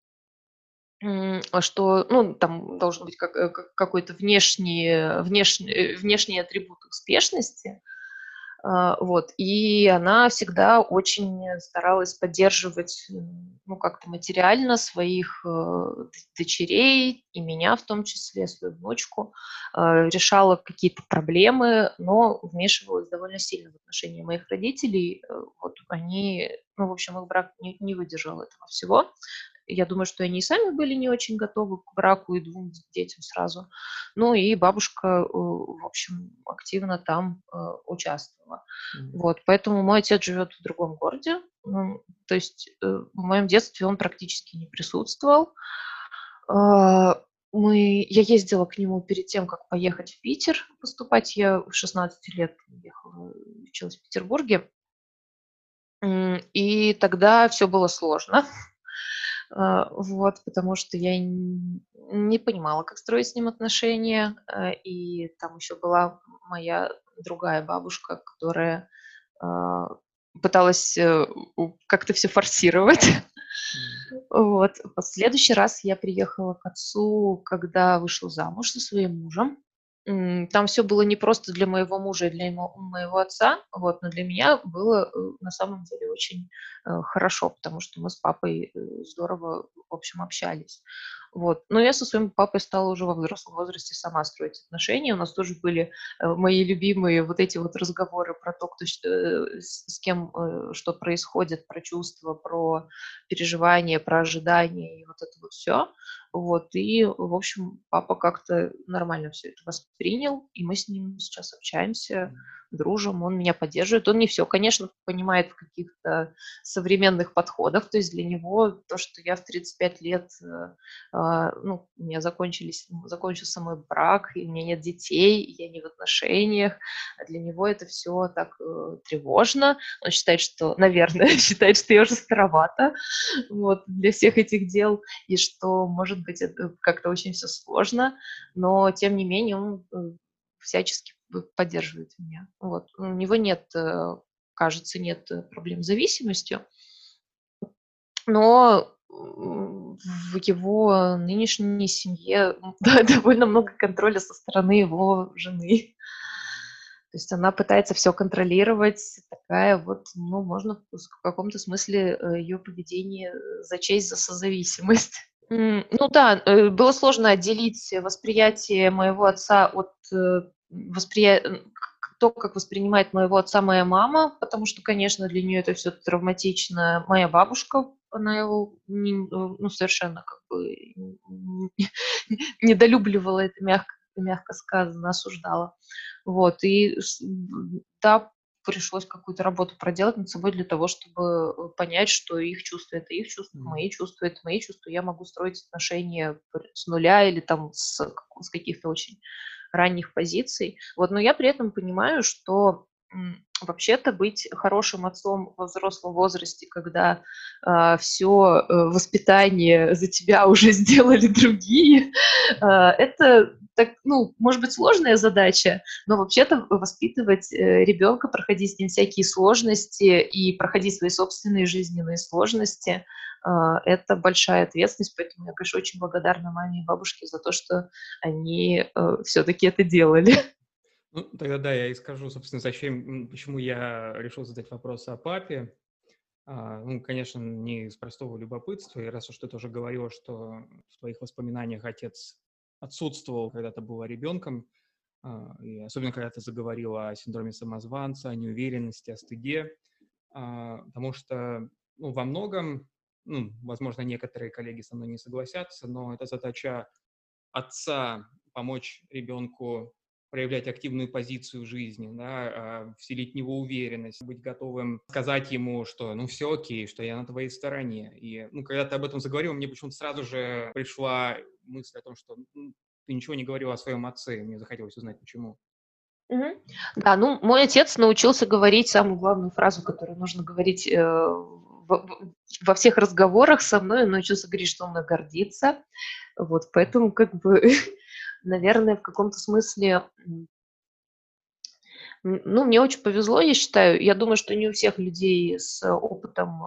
Что, ну, там должен быть какой-то внешний атрибут успешности. Вот. И она всегда очень старалась поддерживать, ну, как-то материально своих дочерей, и меня в том числе, свою внучку, решала какие-то проблемы, но вмешивалась довольно сильно в отношения моих родителей. Вот они, ну, в общем, их брак не выдержал этого всего. Я думаю, что они и сами были не очень готовы к браку и 2 детям сразу. Ну и бабушка, в общем, активно там участвовала. Вот, поэтому мой отец живет в другом городе. То есть в моем детстве он практически не присутствовал. Я ездила к нему перед тем, как поехать в Питер поступать. Я в 16 лет ехала, училась в Петербурге. И тогда все было сложно. Вот, потому что я не понимала, как строить с ним отношения. И там еще была моя другая бабушка, которая пыталась как-то все форсировать. Вот. В следующий раз я приехала к отцу, когда вышла замуж со своим мужем. Там все было не просто для моего мужа и для моего отца, вот, но для меня было на самом деле очень хорошо, потому что мы с папой здорово, в общем, общались. Вот. Но я со своим папой стала уже во взрослом возрасте сама строить отношения. У нас тоже были мои любимые вот эти вот разговоры про то, с кем что происходит, про чувства, про переживания, про ожидания и вот это вот все. Вот, и, в общем, папа как-то нормально все это воспринял, и мы с ним сейчас общаемся, дружим, он меня поддерживает. Он не все, конечно, понимает в каких-то современных подходах, то есть для него то, что я в 35 лет, ну, у меня закончился мой брак, и у меня нет детей, и я не в отношениях, а для него это все так тревожно. Он считает, что, наверное, считает, что я уже старовата, вот, для всех этих дел, и что, может быть, это как-то очень все сложно, но тем не менее он всячески поддерживает меня. Вот. У него нет, кажется, нет проблем с зависимостью, но в его нынешней семье довольно много контроля со стороны его жены. То есть она пытается все контролировать, такая вот, ну, можно в каком-то смысле ее поведение зачесть за созависимость. Ну да, было сложно отделить восприятие моего отца от то, как воспринимает моего отца моя мама, потому что, конечно, для нее это все травматично. Моя бабушка, она его ну, совершенно как бы недолюбливала, это мягко сказано, осуждала. Вот, и да, пришлось какую-то работу проделать над собой для того, чтобы понять, что их чувства — это их чувства, мои чувства — это мои чувства. Я могу строить отношения с нуля или там с каких-то очень ранних позиций. Вот, но я при этом понимаю, что вообще-то быть хорошим отцом во взрослом возрасте, когда все воспитание за тебя уже сделали другие, это так, ну, может быть, сложная задача, но вообще-то воспитывать ребенка, проходить с ним всякие сложности и проходить свои собственные жизненные сложности, это большая ответственность, поэтому я, конечно, очень благодарна маме и бабушке за то, что они все-таки это делали. Ну, тогда да, я и скажу, собственно, почему я решил задать вопрос о папе. Ну, конечно, не из простого любопытства, и раз уж ты тоже говорила, что в твоих воспоминаниях отец отсутствовал, когда ты была ребенком, и особенно когда ты заговорила о синдроме самозванца, о неуверенности, о стыде, потому что, ну, во многом, ну, возможно, некоторые коллеги со мной не согласятся, но это задача отца помочь ребенку проявлять активную позицию в жизни, да, вселить в него уверенность, быть готовым сказать ему, что ну все окей, что я на твоей стороне. И ну, когда ты об этом заговорил, мне почему-то сразу же пришла мысль о том, что ты ничего не говорил о своем отце, и мне захотелось узнать, почему. Мгм. Да, ну, мой отец научился говорить самую главную фразу, которую нужно говорить во всех разговорах со мной. Он научился говорить, что он мной гордится. Вот, поэтому, как бы, наверное, в каком-то смысле, ну, мне очень повезло, я считаю. Я думаю, что не у всех людей с опытом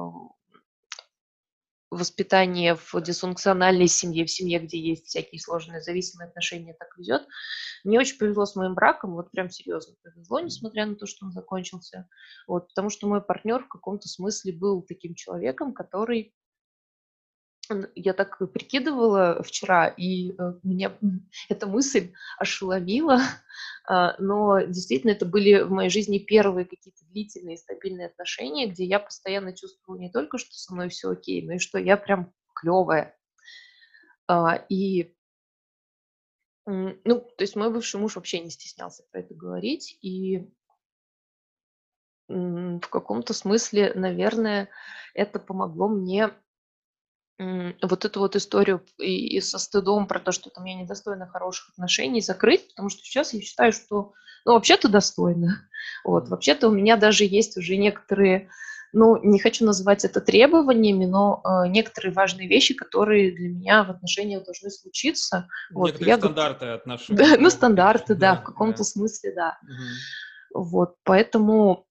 воспитания в дисфункциональной семье, в семье, где есть всякие сложные зависимые отношения, так везет. Мне очень повезло с моим браком, вот прям серьезно повезло, несмотря на то, что он закончился. Вот, потому что мой партнер в каком-то смысле был таким человеком, который я так прикидывала вчера, и меня эта мысль ошеломила, но действительно это были в моей жизни первые какие-то длительные стабильные отношения, где я постоянно чувствовала не только, что со мной все окей, но и что я прям клевая. И ну, то есть мой бывший муж вообще не стеснялся про это говорить, и в каком-то смысле, наверное, это помогло мне вот эту вот историю и со стыдом про то, что там я недостойна хороших отношений, закрыть, потому что сейчас я считаю, что, ну, вообще-то достойна. Вот, Мгм. вообще-то у меня даже есть уже некоторые, ну, не хочу называть это требованиями, но некоторые важные вещи, которые для меня в отношениях должны случиться. Вот, Некоторые я, стандарты отношений да, ну, должны быть. стандарты, да, в Да, каком-то да. смысле, да. Мгм. Вот, поэтому,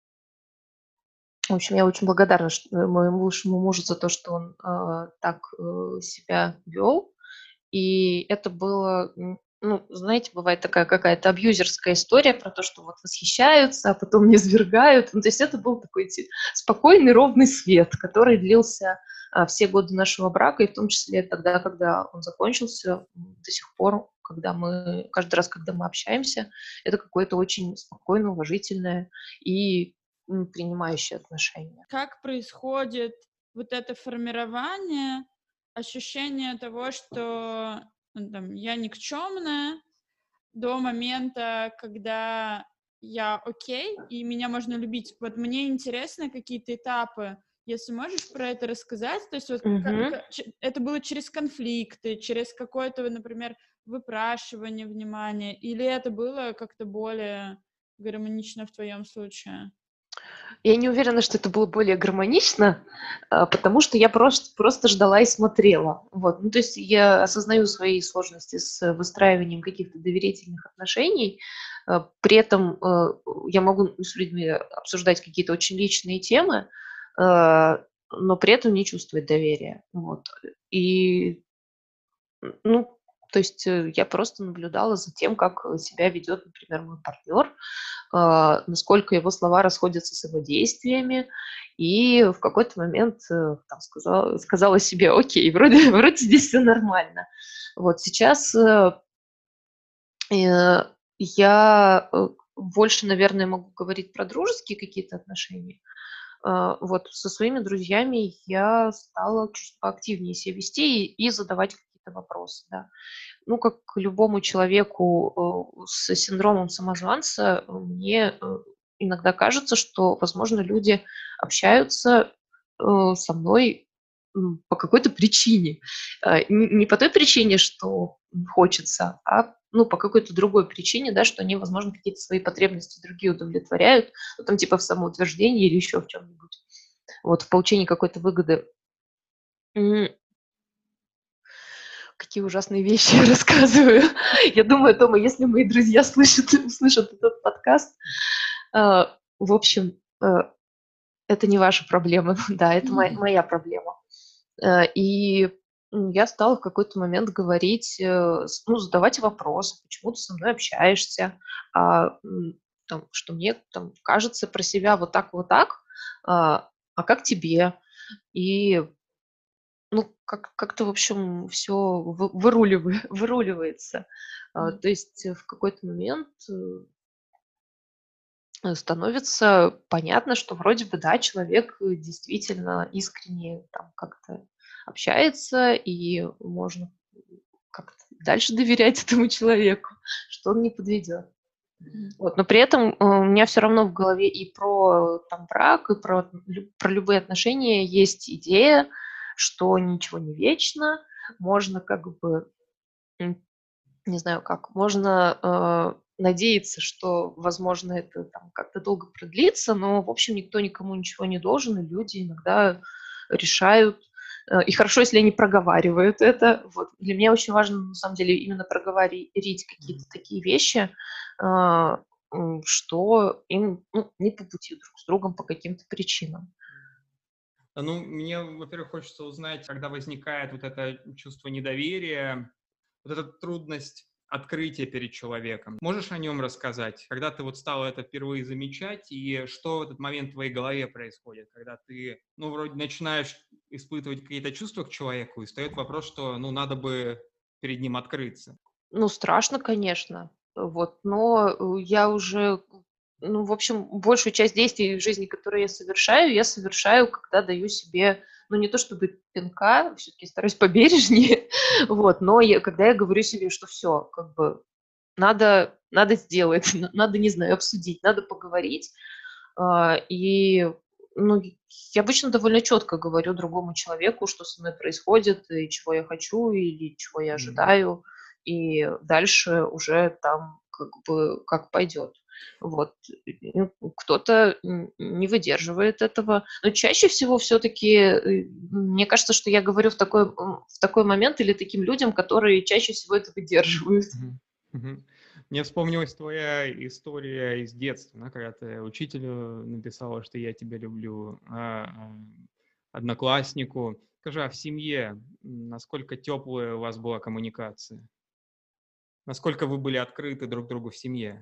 в общем, я очень благодарна моему бывшему мужу за то, что он так себя вел. И это было, ну, знаете, бывает такая какая-то абьюзерская история про то, что вот восхищаются, а потом низвергают. Ну, то есть это был такой спокойный, ровный свет, который длился все годы нашего брака, и в том числе тогда, когда он закончился, до сих пор, каждый раз, когда мы общаемся, это какое-то очень спокойное, уважительное и принимающее отношение. Как происходит вот это формирование, ощущение того, что ну, там, я никчемная, до момента, когда я окей, и меня можно любить. Вот мне интересно какие-то этапы, если можешь про это рассказать. То есть вот Мгм. это было через конфликты, через какое-то, например, выпрашивание внимания, или это было как-то более гармонично в твоем случае? Я не уверена, что это было более гармонично, потому что я просто ждала и смотрела. Вот. Ну, то есть я осознаю свои сложности с выстраиванием каких-то доверительных отношений. При этом я могу с людьми обсуждать какие-то очень личные темы, но при этом не чувствовать доверия. Вот. И ну, то есть я просто наблюдала за тем, как себя ведет, например, мой партнер, насколько его слова расходятся с его действиями. И в какой-то момент там сказала себе, окей, вроде, вроде здесь все нормально. Вот сейчас э, я больше, наверное, могу говорить про дружеские какие-то отношения. Вот со своими друзьями я стала чуть поактивнее себя вести и задавать какие-то вопросы, да. Ну, как любому человеку с синдромом самозванца, мне иногда кажется, что, возможно, люди общаются со мной по какой-то причине. Не по той причине, что хочется, а ну, по какой-то другой причине, да, что они, возможно, какие-то свои потребности другие удовлетворяют, ну, там, типа в самоутверждении или еще в чем-нибудь, вот, в получении какой-то выгоды. какие ужасные вещи я рассказываю. Я думаю, Тома, если мои друзья услышат этот подкаст, в общем, это не ваша проблема, да, это моя проблема. И я стала в какой-то момент говорить, задавать вопросы, почему ты со мной общаешься, что мне там кажется про себя вот так, а как тебе? И как-то, в общем, все выруливается. То есть в какой-то момент становится понятно, что вроде бы, да, человек действительно искренне там как-то общается, и можно как-то дальше доверять этому человеку, что он не подведет. Вот, но при этом у меня все равно в голове и про там брак, и про любые отношения есть идея, что ничего не вечно, можно как бы, не знаю как, можно надеяться, что, возможно, это там как-то долго продлится, но, в общем, никто никому ничего не должен, и люди иногда решают, и хорошо, если они проговаривают это. Вот. Для меня очень важно, на самом деле, именно проговорить какие-то такие вещи, что им не по пути друг с другом по каким-то причинам. Ну, мне, во-первых, хочется узнать, когда возникает вот это чувство недоверия, вот эта трудность открытия перед человеком. Можешь о нем рассказать? Когда ты вот стала это впервые замечать, и что в этот момент в твоей голове происходит, когда ты, вроде начинаешь испытывать какие-то чувства к человеку, и встает вопрос, что, надо бы перед ним открыться. Страшно, конечно, вот, но я уже, в общем, большую часть действий в жизни, которые я совершаю, когда даю себе, не то чтобы пинка, все-таки стараюсь побережнее, вот, но когда я говорю себе, что все, как бы надо сделать, надо, не знаю, обсудить, надо поговорить, и, я обычно довольно четко говорю другому человеку, что со мной происходит, и чего я хочу, или чего я ожидаю, и дальше уже там как бы как пойдет. Вот. Кто-то не выдерживает этого. Но чаще всего все-таки мне кажется, что я говорю в такой момент или таким людям, которые чаще всего это выдерживают. Мне вспомнилась твоя история из детства, да, когда ты учителю написала, что я тебя люблю, однокласснику. Скажи, а в семье насколько теплая у вас была коммуникация? Насколько вы были открыты друг другу в семье?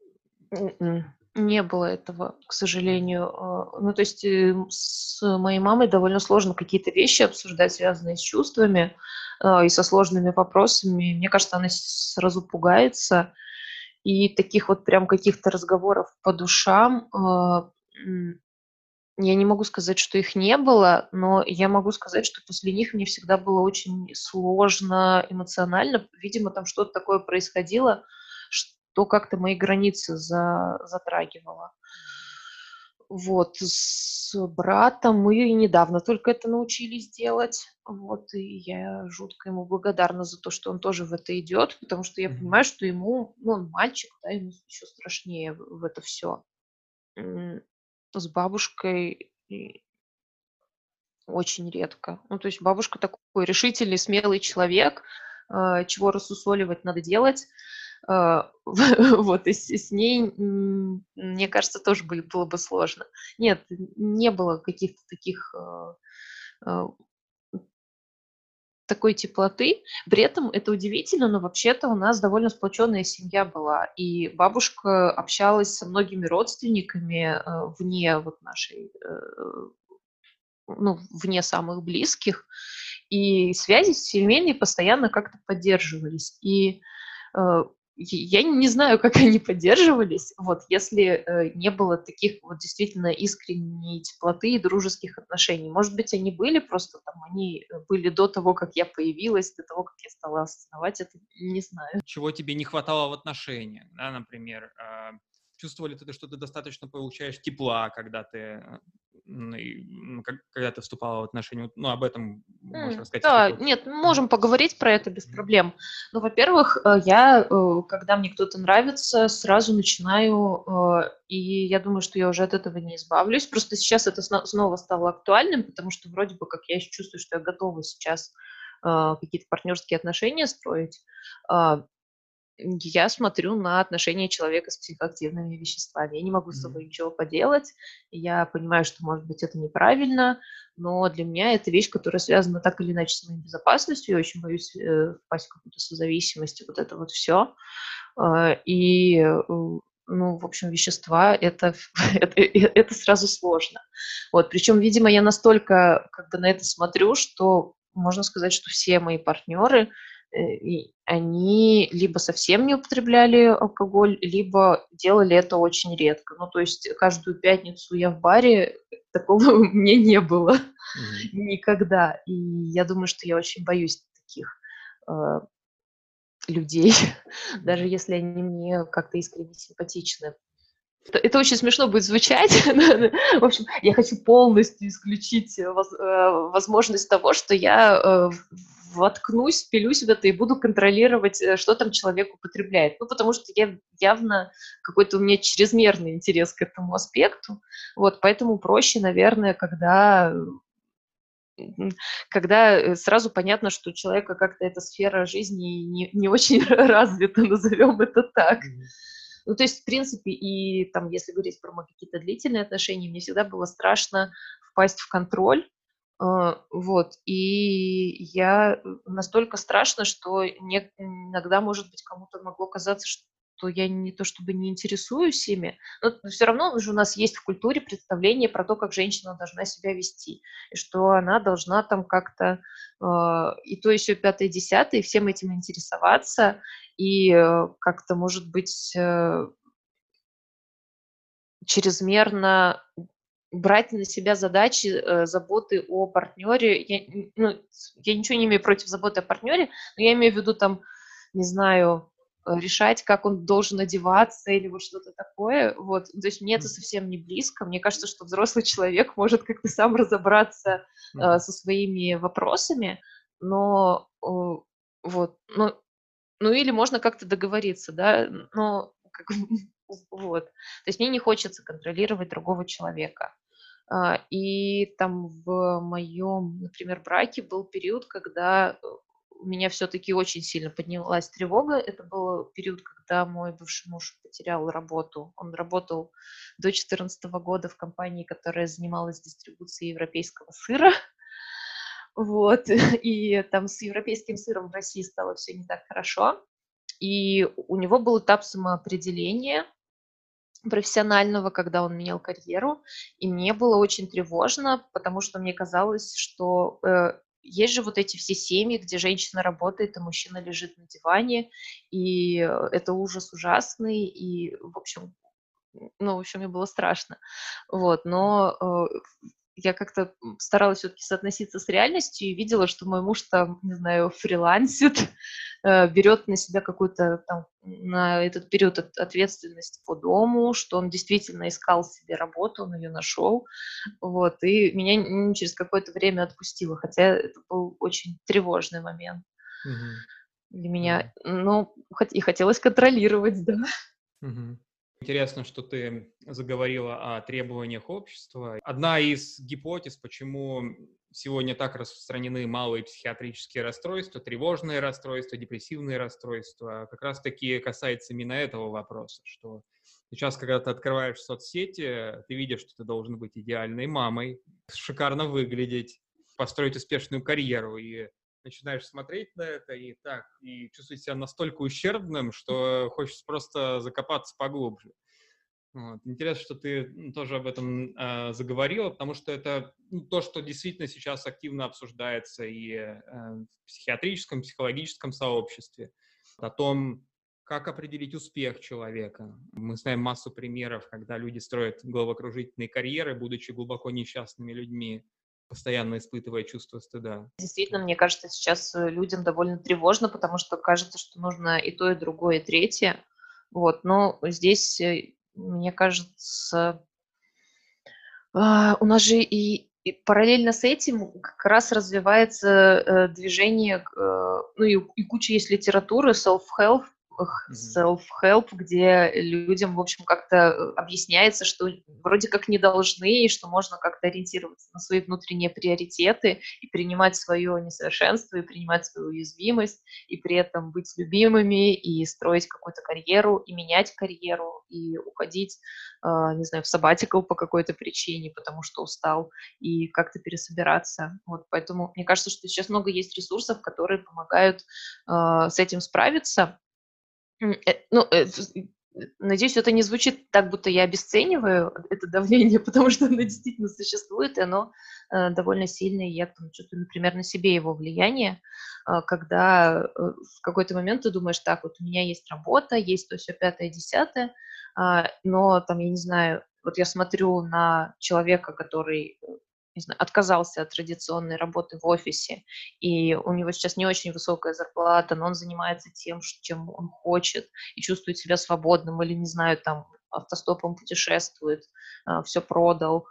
Не было этого, к сожалению. То есть с моей мамой довольно сложно какие-то вещи обсуждать, связанные с чувствами и со сложными вопросами. Мне кажется, она сразу пугается. И таких вот прям каких-то разговоров по душам, я не могу сказать, что их не было, но я могу сказать, что после них мне всегда было очень сложно эмоционально. Видимо, там что-то такое происходило, что как-то мои границы затрагивало. Вот, с братом мы недавно только это научились делать. Вот, и я жутко ему благодарна за то, что он тоже в это идет, потому что я понимаю, что ему, он мальчик, да, ему еще страшнее в это все. С бабушкой очень редко. То есть бабушка такой решительный, смелый человек, чего рассусоливать надо делать. Вот, и с ней, мне кажется, тоже было бы сложно. Нет, не было каких-то таких, э, такой теплоты. При этом это удивительно, но вообще-то у нас довольно сплоченная семья была. И бабушка общалась со многими родственниками вне вот нашей, вне самых близких. И связи семейные постоянно как-то поддерживались. И я не знаю, как они поддерживались, вот, если не было таких вот действительно искренней теплоты и дружеских отношений. Может быть, они были, просто там они были до того, как я появилась, до того, как я стала осознавать это, не знаю. Чего тебе не хватало в отношениях, да, например? Чувствовали ты, что ты достаточно получаешь тепла, когда ты вступала в отношения? Об этом можешь рассказать. Да, нет, мы можем поговорить про это без проблем. Во-первых, я, когда мне кто-то нравится, сразу начинаю, и я думаю, что я уже от этого не избавлюсь. Просто сейчас это снова стало актуальным, потому что вроде бы как я еще чувствую, что я готова сейчас какие-то партнерские отношения строить, а, я смотрю на отношения человека с психоактивными веществами. Я не могу с собой Мгм. ничего поделать. Я понимаю, что, может быть, это неправильно, но для меня это вещь, которая связана так или иначе с моей безопасностью. Я очень боюсь впасть в какую-то созависимость, и вот это вот все. Ну, в общем, вещества — это это сразу сложно. Вот, причем, видимо, я настолько как бы на это смотрю, что можно сказать, что все мои партнеры, и они либо совсем не употребляли алкоголь, либо делали это очень редко. Ну, то есть каждую пятницу я в баре, такого у меня не было Мгм. никогда. И я думаю, что я очень боюсь таких, э, людей, даже Мгм. если они мне как-то искренне симпатичны. Это очень смешно будет звучать. В общем, я хочу полностью исключить возможность того, что я воткнусь, впилюсь в это и буду контролировать, что там человек употребляет. Ну, потому что я явно какой-то у меня чрезмерный интерес к этому аспекту. Вот, поэтому проще, наверное, Мгм. Когда, сразу понятно, что у человека как-то эта сфера жизни не очень развита, назовем это так. Мгм. Ну, то есть, в принципе, и там, если говорить про мои какие-то длительные отношения, мне всегда было страшно впасть в контроль. Вот, и настолько страшно, что иногда, может быть, кому-то могло казаться, что я не то чтобы не интересуюсь ими, но все равно же у нас есть в культуре представление про то, как женщина должна себя вести, и что она должна там как-то, и то, и сё, пятое, десятое, и всем этим интересоваться, и, как-то, может быть, чрезмерно брать на себя задачи, заботы о партнере. Я ничего не имею против заботы о партнере, но я имею в виду там, не знаю, решать, как он должен одеваться или вот что-то такое. Вот. То есть мне это Мгм. совсем не близко. Мне кажется, что взрослый человек может как-то сам разобраться, Мгм. со своими вопросами, но, вот, ну, или можно как-то договориться, да, но как вот. То есть мне не хочется контролировать другого человека. И там в моем, например, браке был период, когда у меня все-таки очень сильно поднялась тревога. Это был период, когда мой бывший муж потерял работу. Он работал до 2014 года в компании, которая занималась дистрибуцией европейского сыра. Вот. И там с европейским сыром в России стало все не так хорошо. И у него был этап самоопределения профессионального, когда он менял карьеру, и мне было очень тревожно, потому что мне казалось, что, есть же вот эти все семьи, где женщина работает, а мужчина лежит на диване, и, это ужас ужасный, и, в общем, в общем, мне было страшно. Вот, но, я как-то, старалась все таки соотноситься с реальностью и видела, что мой муж там, не знаю, фрилансит, берет на себя какую-то там, на этот период ответственность по дому, что он действительно искал себе работу, он ее нашел. Вот, и меня через какое-то время отпустило, хотя это был очень тревожный момент Мгм. для Да. меня. Ну, и хотелось контролировать, да. Мгм. Интересно, что ты заговорила о требованиях общества. Одна из гипотез, почему сегодня так распространены малые психиатрические расстройства, тревожные расстройства, депрессивные расстройства, как раз-таки касается именно этого вопроса, что сейчас, когда ты открываешь соцсети, ты видишь, что ты должен быть идеальной мамой, шикарно выглядеть, построить успешную карьеру, и начинаешь смотреть на это и чувствовать себя настолько ущербным, что хочется просто закопаться поглубже. Вот. Интересно, что ты тоже об этом заговорила, потому что это то, что действительно сейчас активно обсуждается и в психиатрическом, психологическом сообществе, о том, как определить успех человека. Мы знаем массу примеров, когда люди строят головокружительные карьеры, будучи глубоко несчастными людьми, постоянно испытывая чувство стыда. Действительно, мне кажется, сейчас, людям довольно тревожно, потому что кажется, что нужно и то, и другое, и третье. Вот, но здесь, мне кажется, у нас же и параллельно с этим как раз развивается, движение ну и куча есть литературы self-help, Мгм. self-help, где людям, в общем, как-то объясняется, что вроде как не должны, и что можно как-то ориентироваться на свои внутренние приоритеты и принимать свое несовершенство, и принимать свою уязвимость, и при этом быть любимыми, и строить какую-то карьеру, и менять карьеру, и уходить, не знаю, в sabbatical по какой-то причине, потому что устал, и как-то пересобираться. Вот, поэтому мне кажется, что сейчас много есть ресурсов, которые помогают с этим справиться. Ну, надеюсь, это не звучит так, будто я обесцениваю это давление, потому что оно действительно существует, и оно довольно сильное. Я там чувствую, например, на себе его влияние, когда в какой-то момент ты думаешь, так, вот у меня есть работа, есть то, все пятое, десятое, но там, я не знаю, вот я смотрю на человека, который не знаю, отказался от традиционной работы в офисе, и у него сейчас не очень высокая зарплата, но он занимается тем, чем он хочет, и чувствует себя свободным, или, не знаю, там, автостопом путешествует, все продал,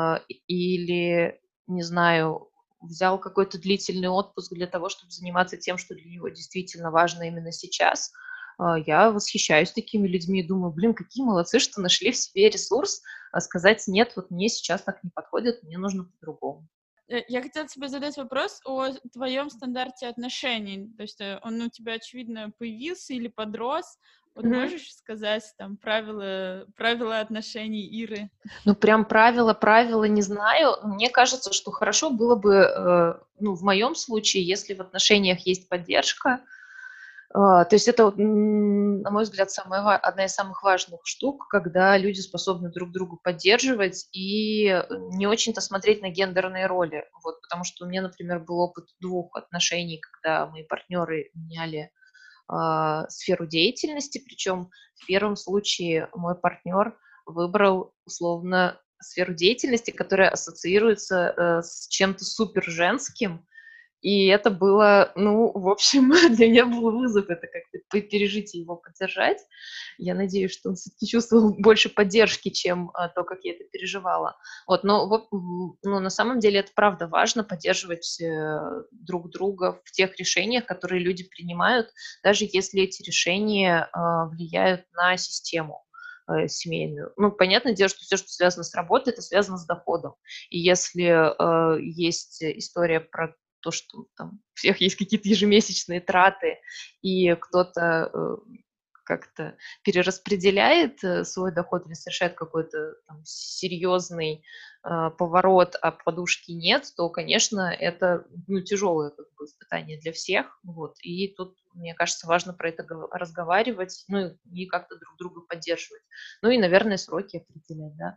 или, не знаю, взял какой-то длительный отпуск для того, чтобы заниматься тем, что для него действительно важно именно сейчас. Я восхищаюсь такими людьми и думаю, блин, какие молодцы, что нашли в себе ресурс сказать: "Нет, вот мне сейчас так не подходит, мне нужно по-другому". Я хотела тебе задать вопрос о твоем стандарте отношений. То есть он у тебя, очевидно, появился или подрос. Вот Мгм. можешь сказать там правила отношений Иры? Ну, прям правила не знаю. Мне кажется, что хорошо было бы, ну, в моем случае, если в отношениях есть поддержка. То есть это, вот, на мой взгляд, одна из самых важных штук, когда люди способны друг друга поддерживать и не очень-то смотреть на гендерные роли. Вот, потому что у меня, например, был опыт двух отношений, когда мои партнеры меняли сферу деятельности, причем в первом случае мой партнер выбрал условно сферу деятельности, которая ассоциируется с чем-то супер женским, и это было, ну, в общем, для меня был вызов это как-то пережить и его поддержать. Я надеюсь, что он все-таки чувствовал больше поддержки, чем то, как я это переживала. Вот, но вот, ну, на самом деле это правда важно поддерживать друг друга в тех решениях, которые люди принимают, даже если эти решения влияют на систему семейную. Ну, понятное дело, что все, что связано с работой, это связано с доходом. И если есть история про то, что там у всех есть какие-то ежемесячные траты, и кто-то как-то перераспределяет свой доход или совершает какой-то там серьезный поворот, а подушки нет, то, конечно, это ну, тяжелое как бы, испытание для всех. Вот. И тут, мне кажется, важно про это разговаривать, ну и как-то друг друга поддерживать. Ну и, наверное, сроки определять, да.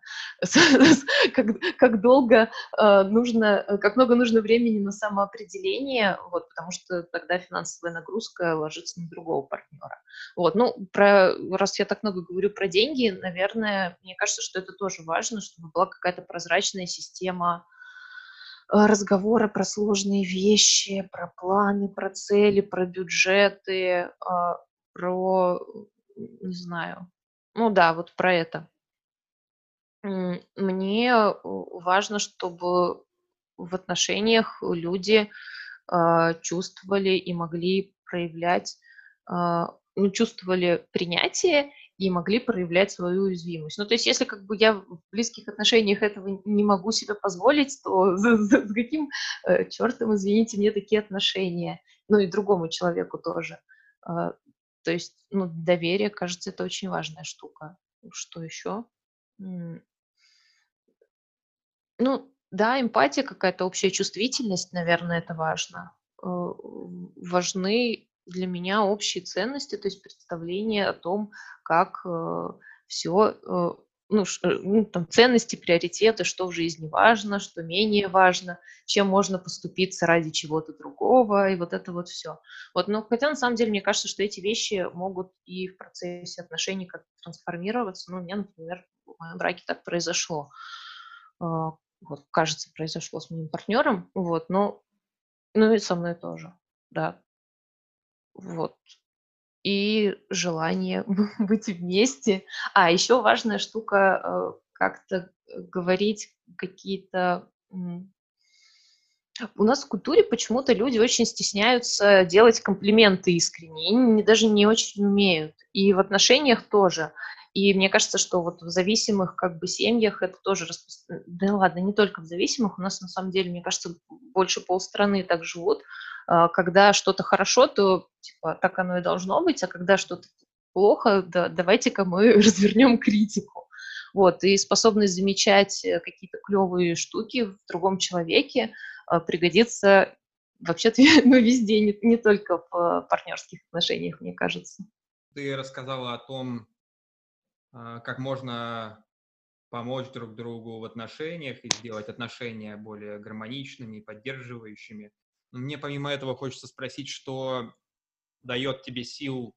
Как долго как много нужно времени на самоопределение, вот, потому что тогда финансовая нагрузка ложится на другого партнера. Вот, ну, раз я так много говорю про деньги, наверное, мне кажется, что это тоже важно, чтобы была какая-то прозрачная система разговора про сложные вещи, про планы, про цели, про бюджеты, про, не знаю, ну да, вот про это. Мне важно, чтобы в отношениях люди чувствовали и могли проявлять, ну, чувствовали принятие и могли проявлять свою уязвимость. Ну, то есть, если как бы я в близких отношениях этого не могу себе позволить, то с каким чертом, извините, мне такие отношения? Ну, и другому человеку тоже. А, То есть, ну, доверие, кажется, это очень важная штука. Что еще? Ну да, эмпатия, какая-то общая чувствительность, наверное, это важно. Важны для меня общие ценности, то есть представление о том, как все, ну, там, ценности, приоритеты, что в жизни важно, что менее важно, чем можно поступиться ради чего-то другого, и вот это вот все. Вот, но хотя на самом деле мне кажется, что эти вещи могут и в процессе отношений как-то трансформироваться. Ну, у меня, например, в моем браке так произошло. А, вот, кажется, произошло с моим партнером, вот, но, ну и со мной тоже, да, вот. И желание быть вместе. А еще важная штука, как-то говорить какие-то У нас в культуре почему-то люди очень стесняются делать комплименты искренне, и даже не очень умеют. И в отношениях тоже. И мне кажется, что вот в зависимых как бы семьях это тоже да ладно, не только в зависимых, у нас на самом деле, мне кажется, больше полстраны так живут. Когда что-то хорошо, то типа так оно и должно быть, а когда что-то плохо, да, давайте-ка мы развернем критику. Вот, и способность замечать какие-то клевые штуки в другом человеке, пригодится вообще-то ну, везде, не только в партнерских отношениях, мне кажется. Ты рассказала о том, как можно помочь друг другу в отношениях и сделать отношения более гармоничными и поддерживающими. Но мне помимо этого хочется спросить, что дает тебе сил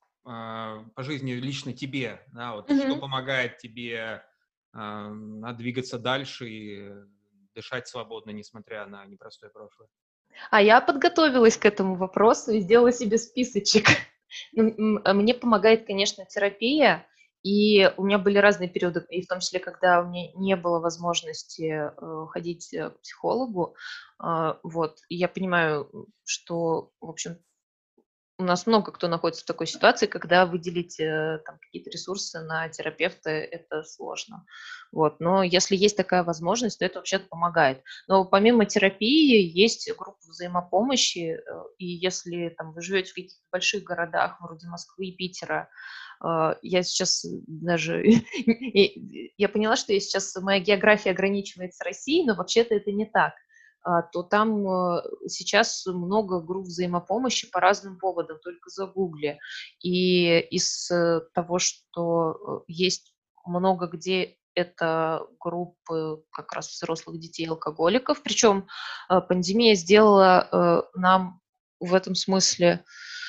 по жизни лично тебе, да, вот что Мгм. помогает тебе двигаться дальше и дышать свободно, несмотря на непростое прошлое. А я подготовилась к этому вопросу и сделала себе списочек. Мне помогает, конечно, терапия, и у меня были разные периоды, и в том числе, когда у меня не было возможности ходить к психологу, вот, и я понимаю, что, в общем, у нас много кто находится в такой ситуации, когда выделить, там какие-то ресурсы на терапевта- это сложно. Вот, но если есть такая возможность, то это вообще-то помогает. Но помимо терапии есть группы взаимопомощи, и если там вы живете в каких-то больших городах вроде Москвы и Питера, я сейчас даже я поняла, что я сейчас моя география ограничивается Россией, но вообще-то это не так. То там сейчас много групп взаимопомощи по разным поводам, только загугли. И из того, что есть много где это группы как раз взрослых детей-алкоголиков. Причем пандемия сделала нам в этом смысле,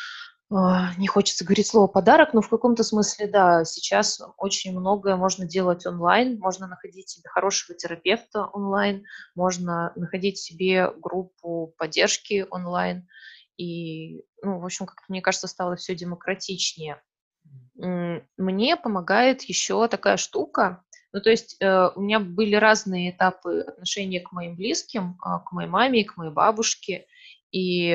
не хочется говорить слово подарок, но в каком-то смысле, да, сейчас очень многое можно делать онлайн, можно находить себе хорошего терапевта онлайн, можно находить себе группу поддержки онлайн. И, ну, в общем, как мне кажется, стало все демократичнее. Мне помогает еще такая штука. Ну, то есть у меня были разные этапы отношения к моим близким, к моей маме, к моей бабушке. И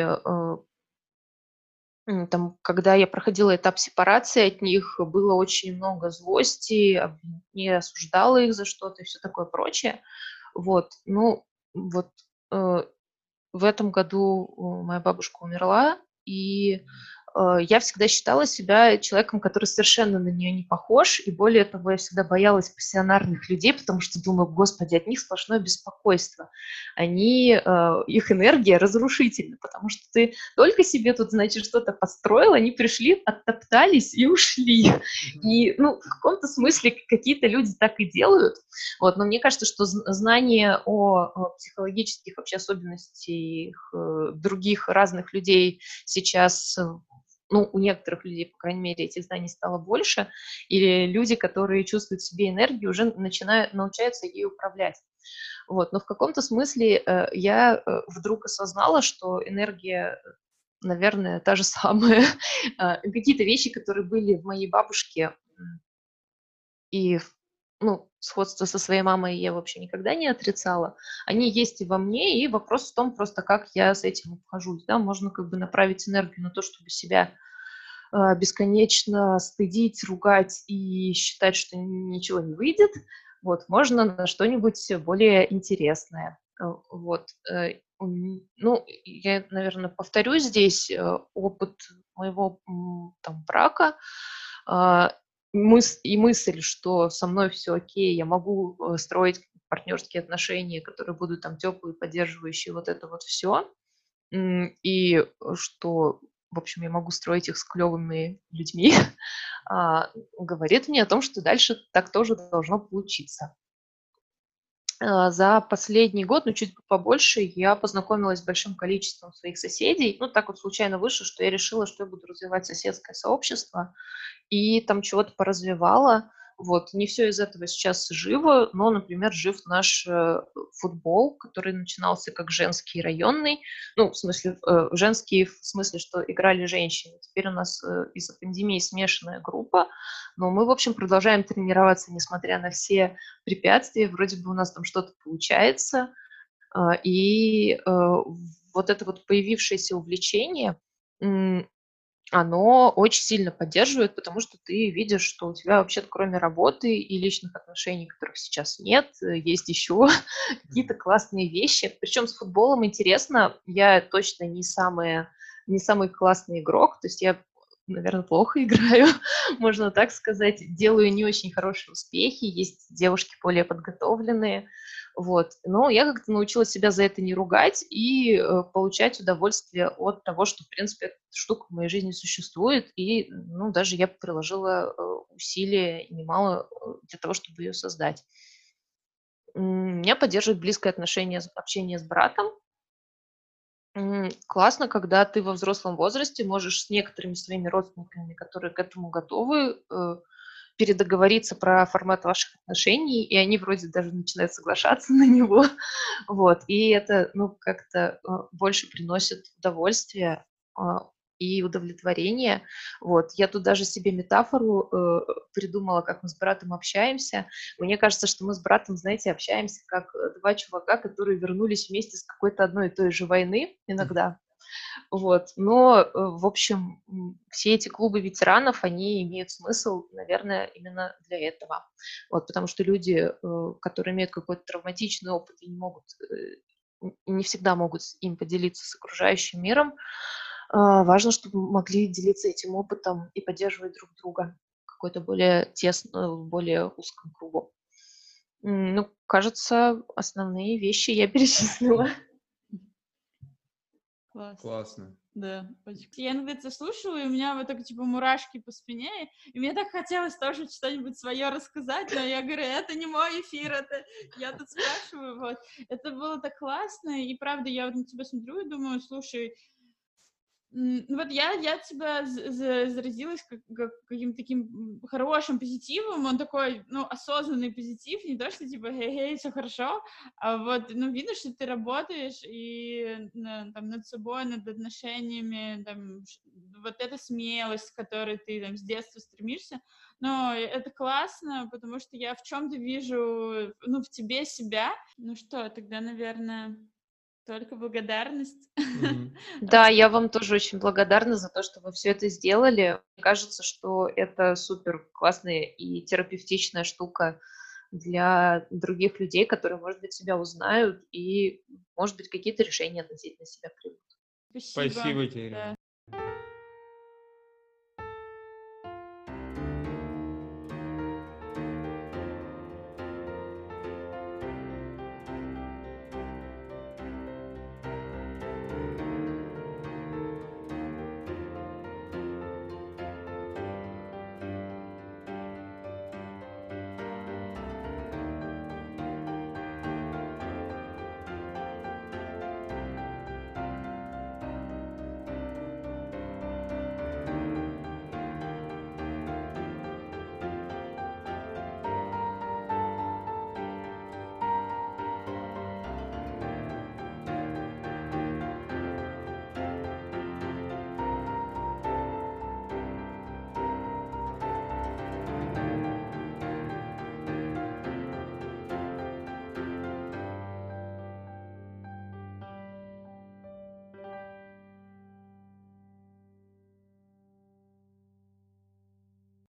там, когда я проходила этап сепарации от них, было очень много злости, не осуждала их за что-то и все такое прочее. Вот, ну, вот э, в этом году моя бабушка умерла, и я всегда считала себя человеком, который совершенно на нее не похож, и более того, я всегда боялась пассионарных людей, потому что думаю, господи, от них сплошное беспокойство. Их энергия разрушительна, потому что ты только себе тут, значит, что-то построил, они пришли, оттоптались и ушли. И, ну, в каком-то смысле какие-то люди так и делают, вот, но мне кажется, что знание о психологических вообще особенностях других разных людей сейчас, ну, у некоторых людей, по крайней мере, этих знаний стало больше, или люди, которые чувствуют в себе энергию, уже научаются ей управлять. Вот, но в каком-то смысле я вдруг осознала, что энергия, наверное, та же самая. Какие-то вещи, которые были в моей бабушке, и, ну, сходство со своей мамой я вообще никогда не отрицала. Они есть и во мне, и вопрос в том просто, как я с этим обхожусь. Да, можно как бы направить энергию на то, чтобы себя бесконечно стыдить, ругать и считать, что ничего не выйдет. Вот, можно на что-нибудь более интересное. Вот. Ну, я, наверное, повторюсь здесь опыт моего там брака, а, и мысль, что со мной все окей, я могу строить партнерские отношения, которые будут там теплые, поддерживающие, вот это вот все. И что, в общем, я могу строить их с клевыми людьми, говорит мне о том, что дальше так тоже должно получиться. За последний год, ну, чуть побольше, я познакомилась с большим количеством своих соседей. Ну, так вот случайно вышло, что я решила, что я буду развивать соседское сообщество, и там чего-то поразвивала. Вот. Не все из этого сейчас живо, но, например, жив наш футбол, который начинался как женский районный. Ну, в смысле, женский в смысле, что играли женщины. Теперь у нас из-за пандемии смешанная группа, но мы, в общем, продолжаем тренироваться, несмотря на все препятствия. Вроде бы у нас там что-то получается. И вот это вот появившееся увлечение, м, оно очень сильно поддерживает, потому что ты видишь, что у тебя вообще-то кроме работы и личных отношений, которых сейчас нет, есть еще какие-то Мгм. классные вещи. Причем с футболом интересно, я точно не самый классный игрок, то есть я, наверное, плохо играю, можно так сказать, делаю не очень хорошие успехи, есть девушки более подготовленные, вот. Но я как-то научилась себя за это не ругать и получать удовольствие от того, что, в принципе, эта штука в моей жизни существует, и, ну, даже я приложила усилия немало для того, чтобы ее создать. Меня поддерживает близкое общение с братом. Классно, когда ты во взрослом возрасте можешь с некоторыми своими родственниками, которые к этому готовы, передоговориться про формат ваших отношений, и они вроде даже начинают соглашаться на него. Вот, и это, ну, как-то больше приносит удовольствие а, и удовлетворение. Вот, я тут даже себе метафору придумала, как мы с братом общаемся. Мне кажется, что мы с братом, знаете, общаемся как два чувака, которые вернулись вместе с какой-то одной и той же войны иногда. Вот. Но, в общем, все эти клубы ветеранов, они имеют смысл, наверное, именно для этого. Вот, потому что люди, которые имеют какой-то травматичный опыт и не всегда могут им поделиться с окружающим миром, важно, чтобы могли делиться этим опытом и поддерживать друг друга в какой-то более тесно, в более узком кругу. Ну, кажется, основные вещи я перечислила. Класс. Классно. Да, очень. Я иногда это слушаю, и у меня вот так, типа, мурашки по спине, и мне так хотелось тоже что-нибудь свое рассказать, но я говорю, это не мой эфир, это я тут спрашиваю, вот. Это было так классно, и правда, я вот на тебя смотрю и думаю, слушай, ну вот я тебя заразилась каким-то таким хорошим позитивом, он такой, ну, осознанный позитив, не то, что типа, хей-хей, все хорошо, а вот, ну, видно, что ты работаешь и там, над собой, над отношениями, там, вот эта смелость, к которой ты там с детства стремишься, но это классно, потому что я в чем-то вижу, ну, в тебе себя. Ну что, тогда, наверное, только благодарность. Мгм. Да, я вам тоже очень благодарна за то, что вы все это сделали. Мне кажется, что это супер классная и терапевтичная штука для других людей, которые, может быть, себя узнают и, может быть, какие-то решения относительно себя примут. Спасибо. Спасибо тебе, Да. Ирина.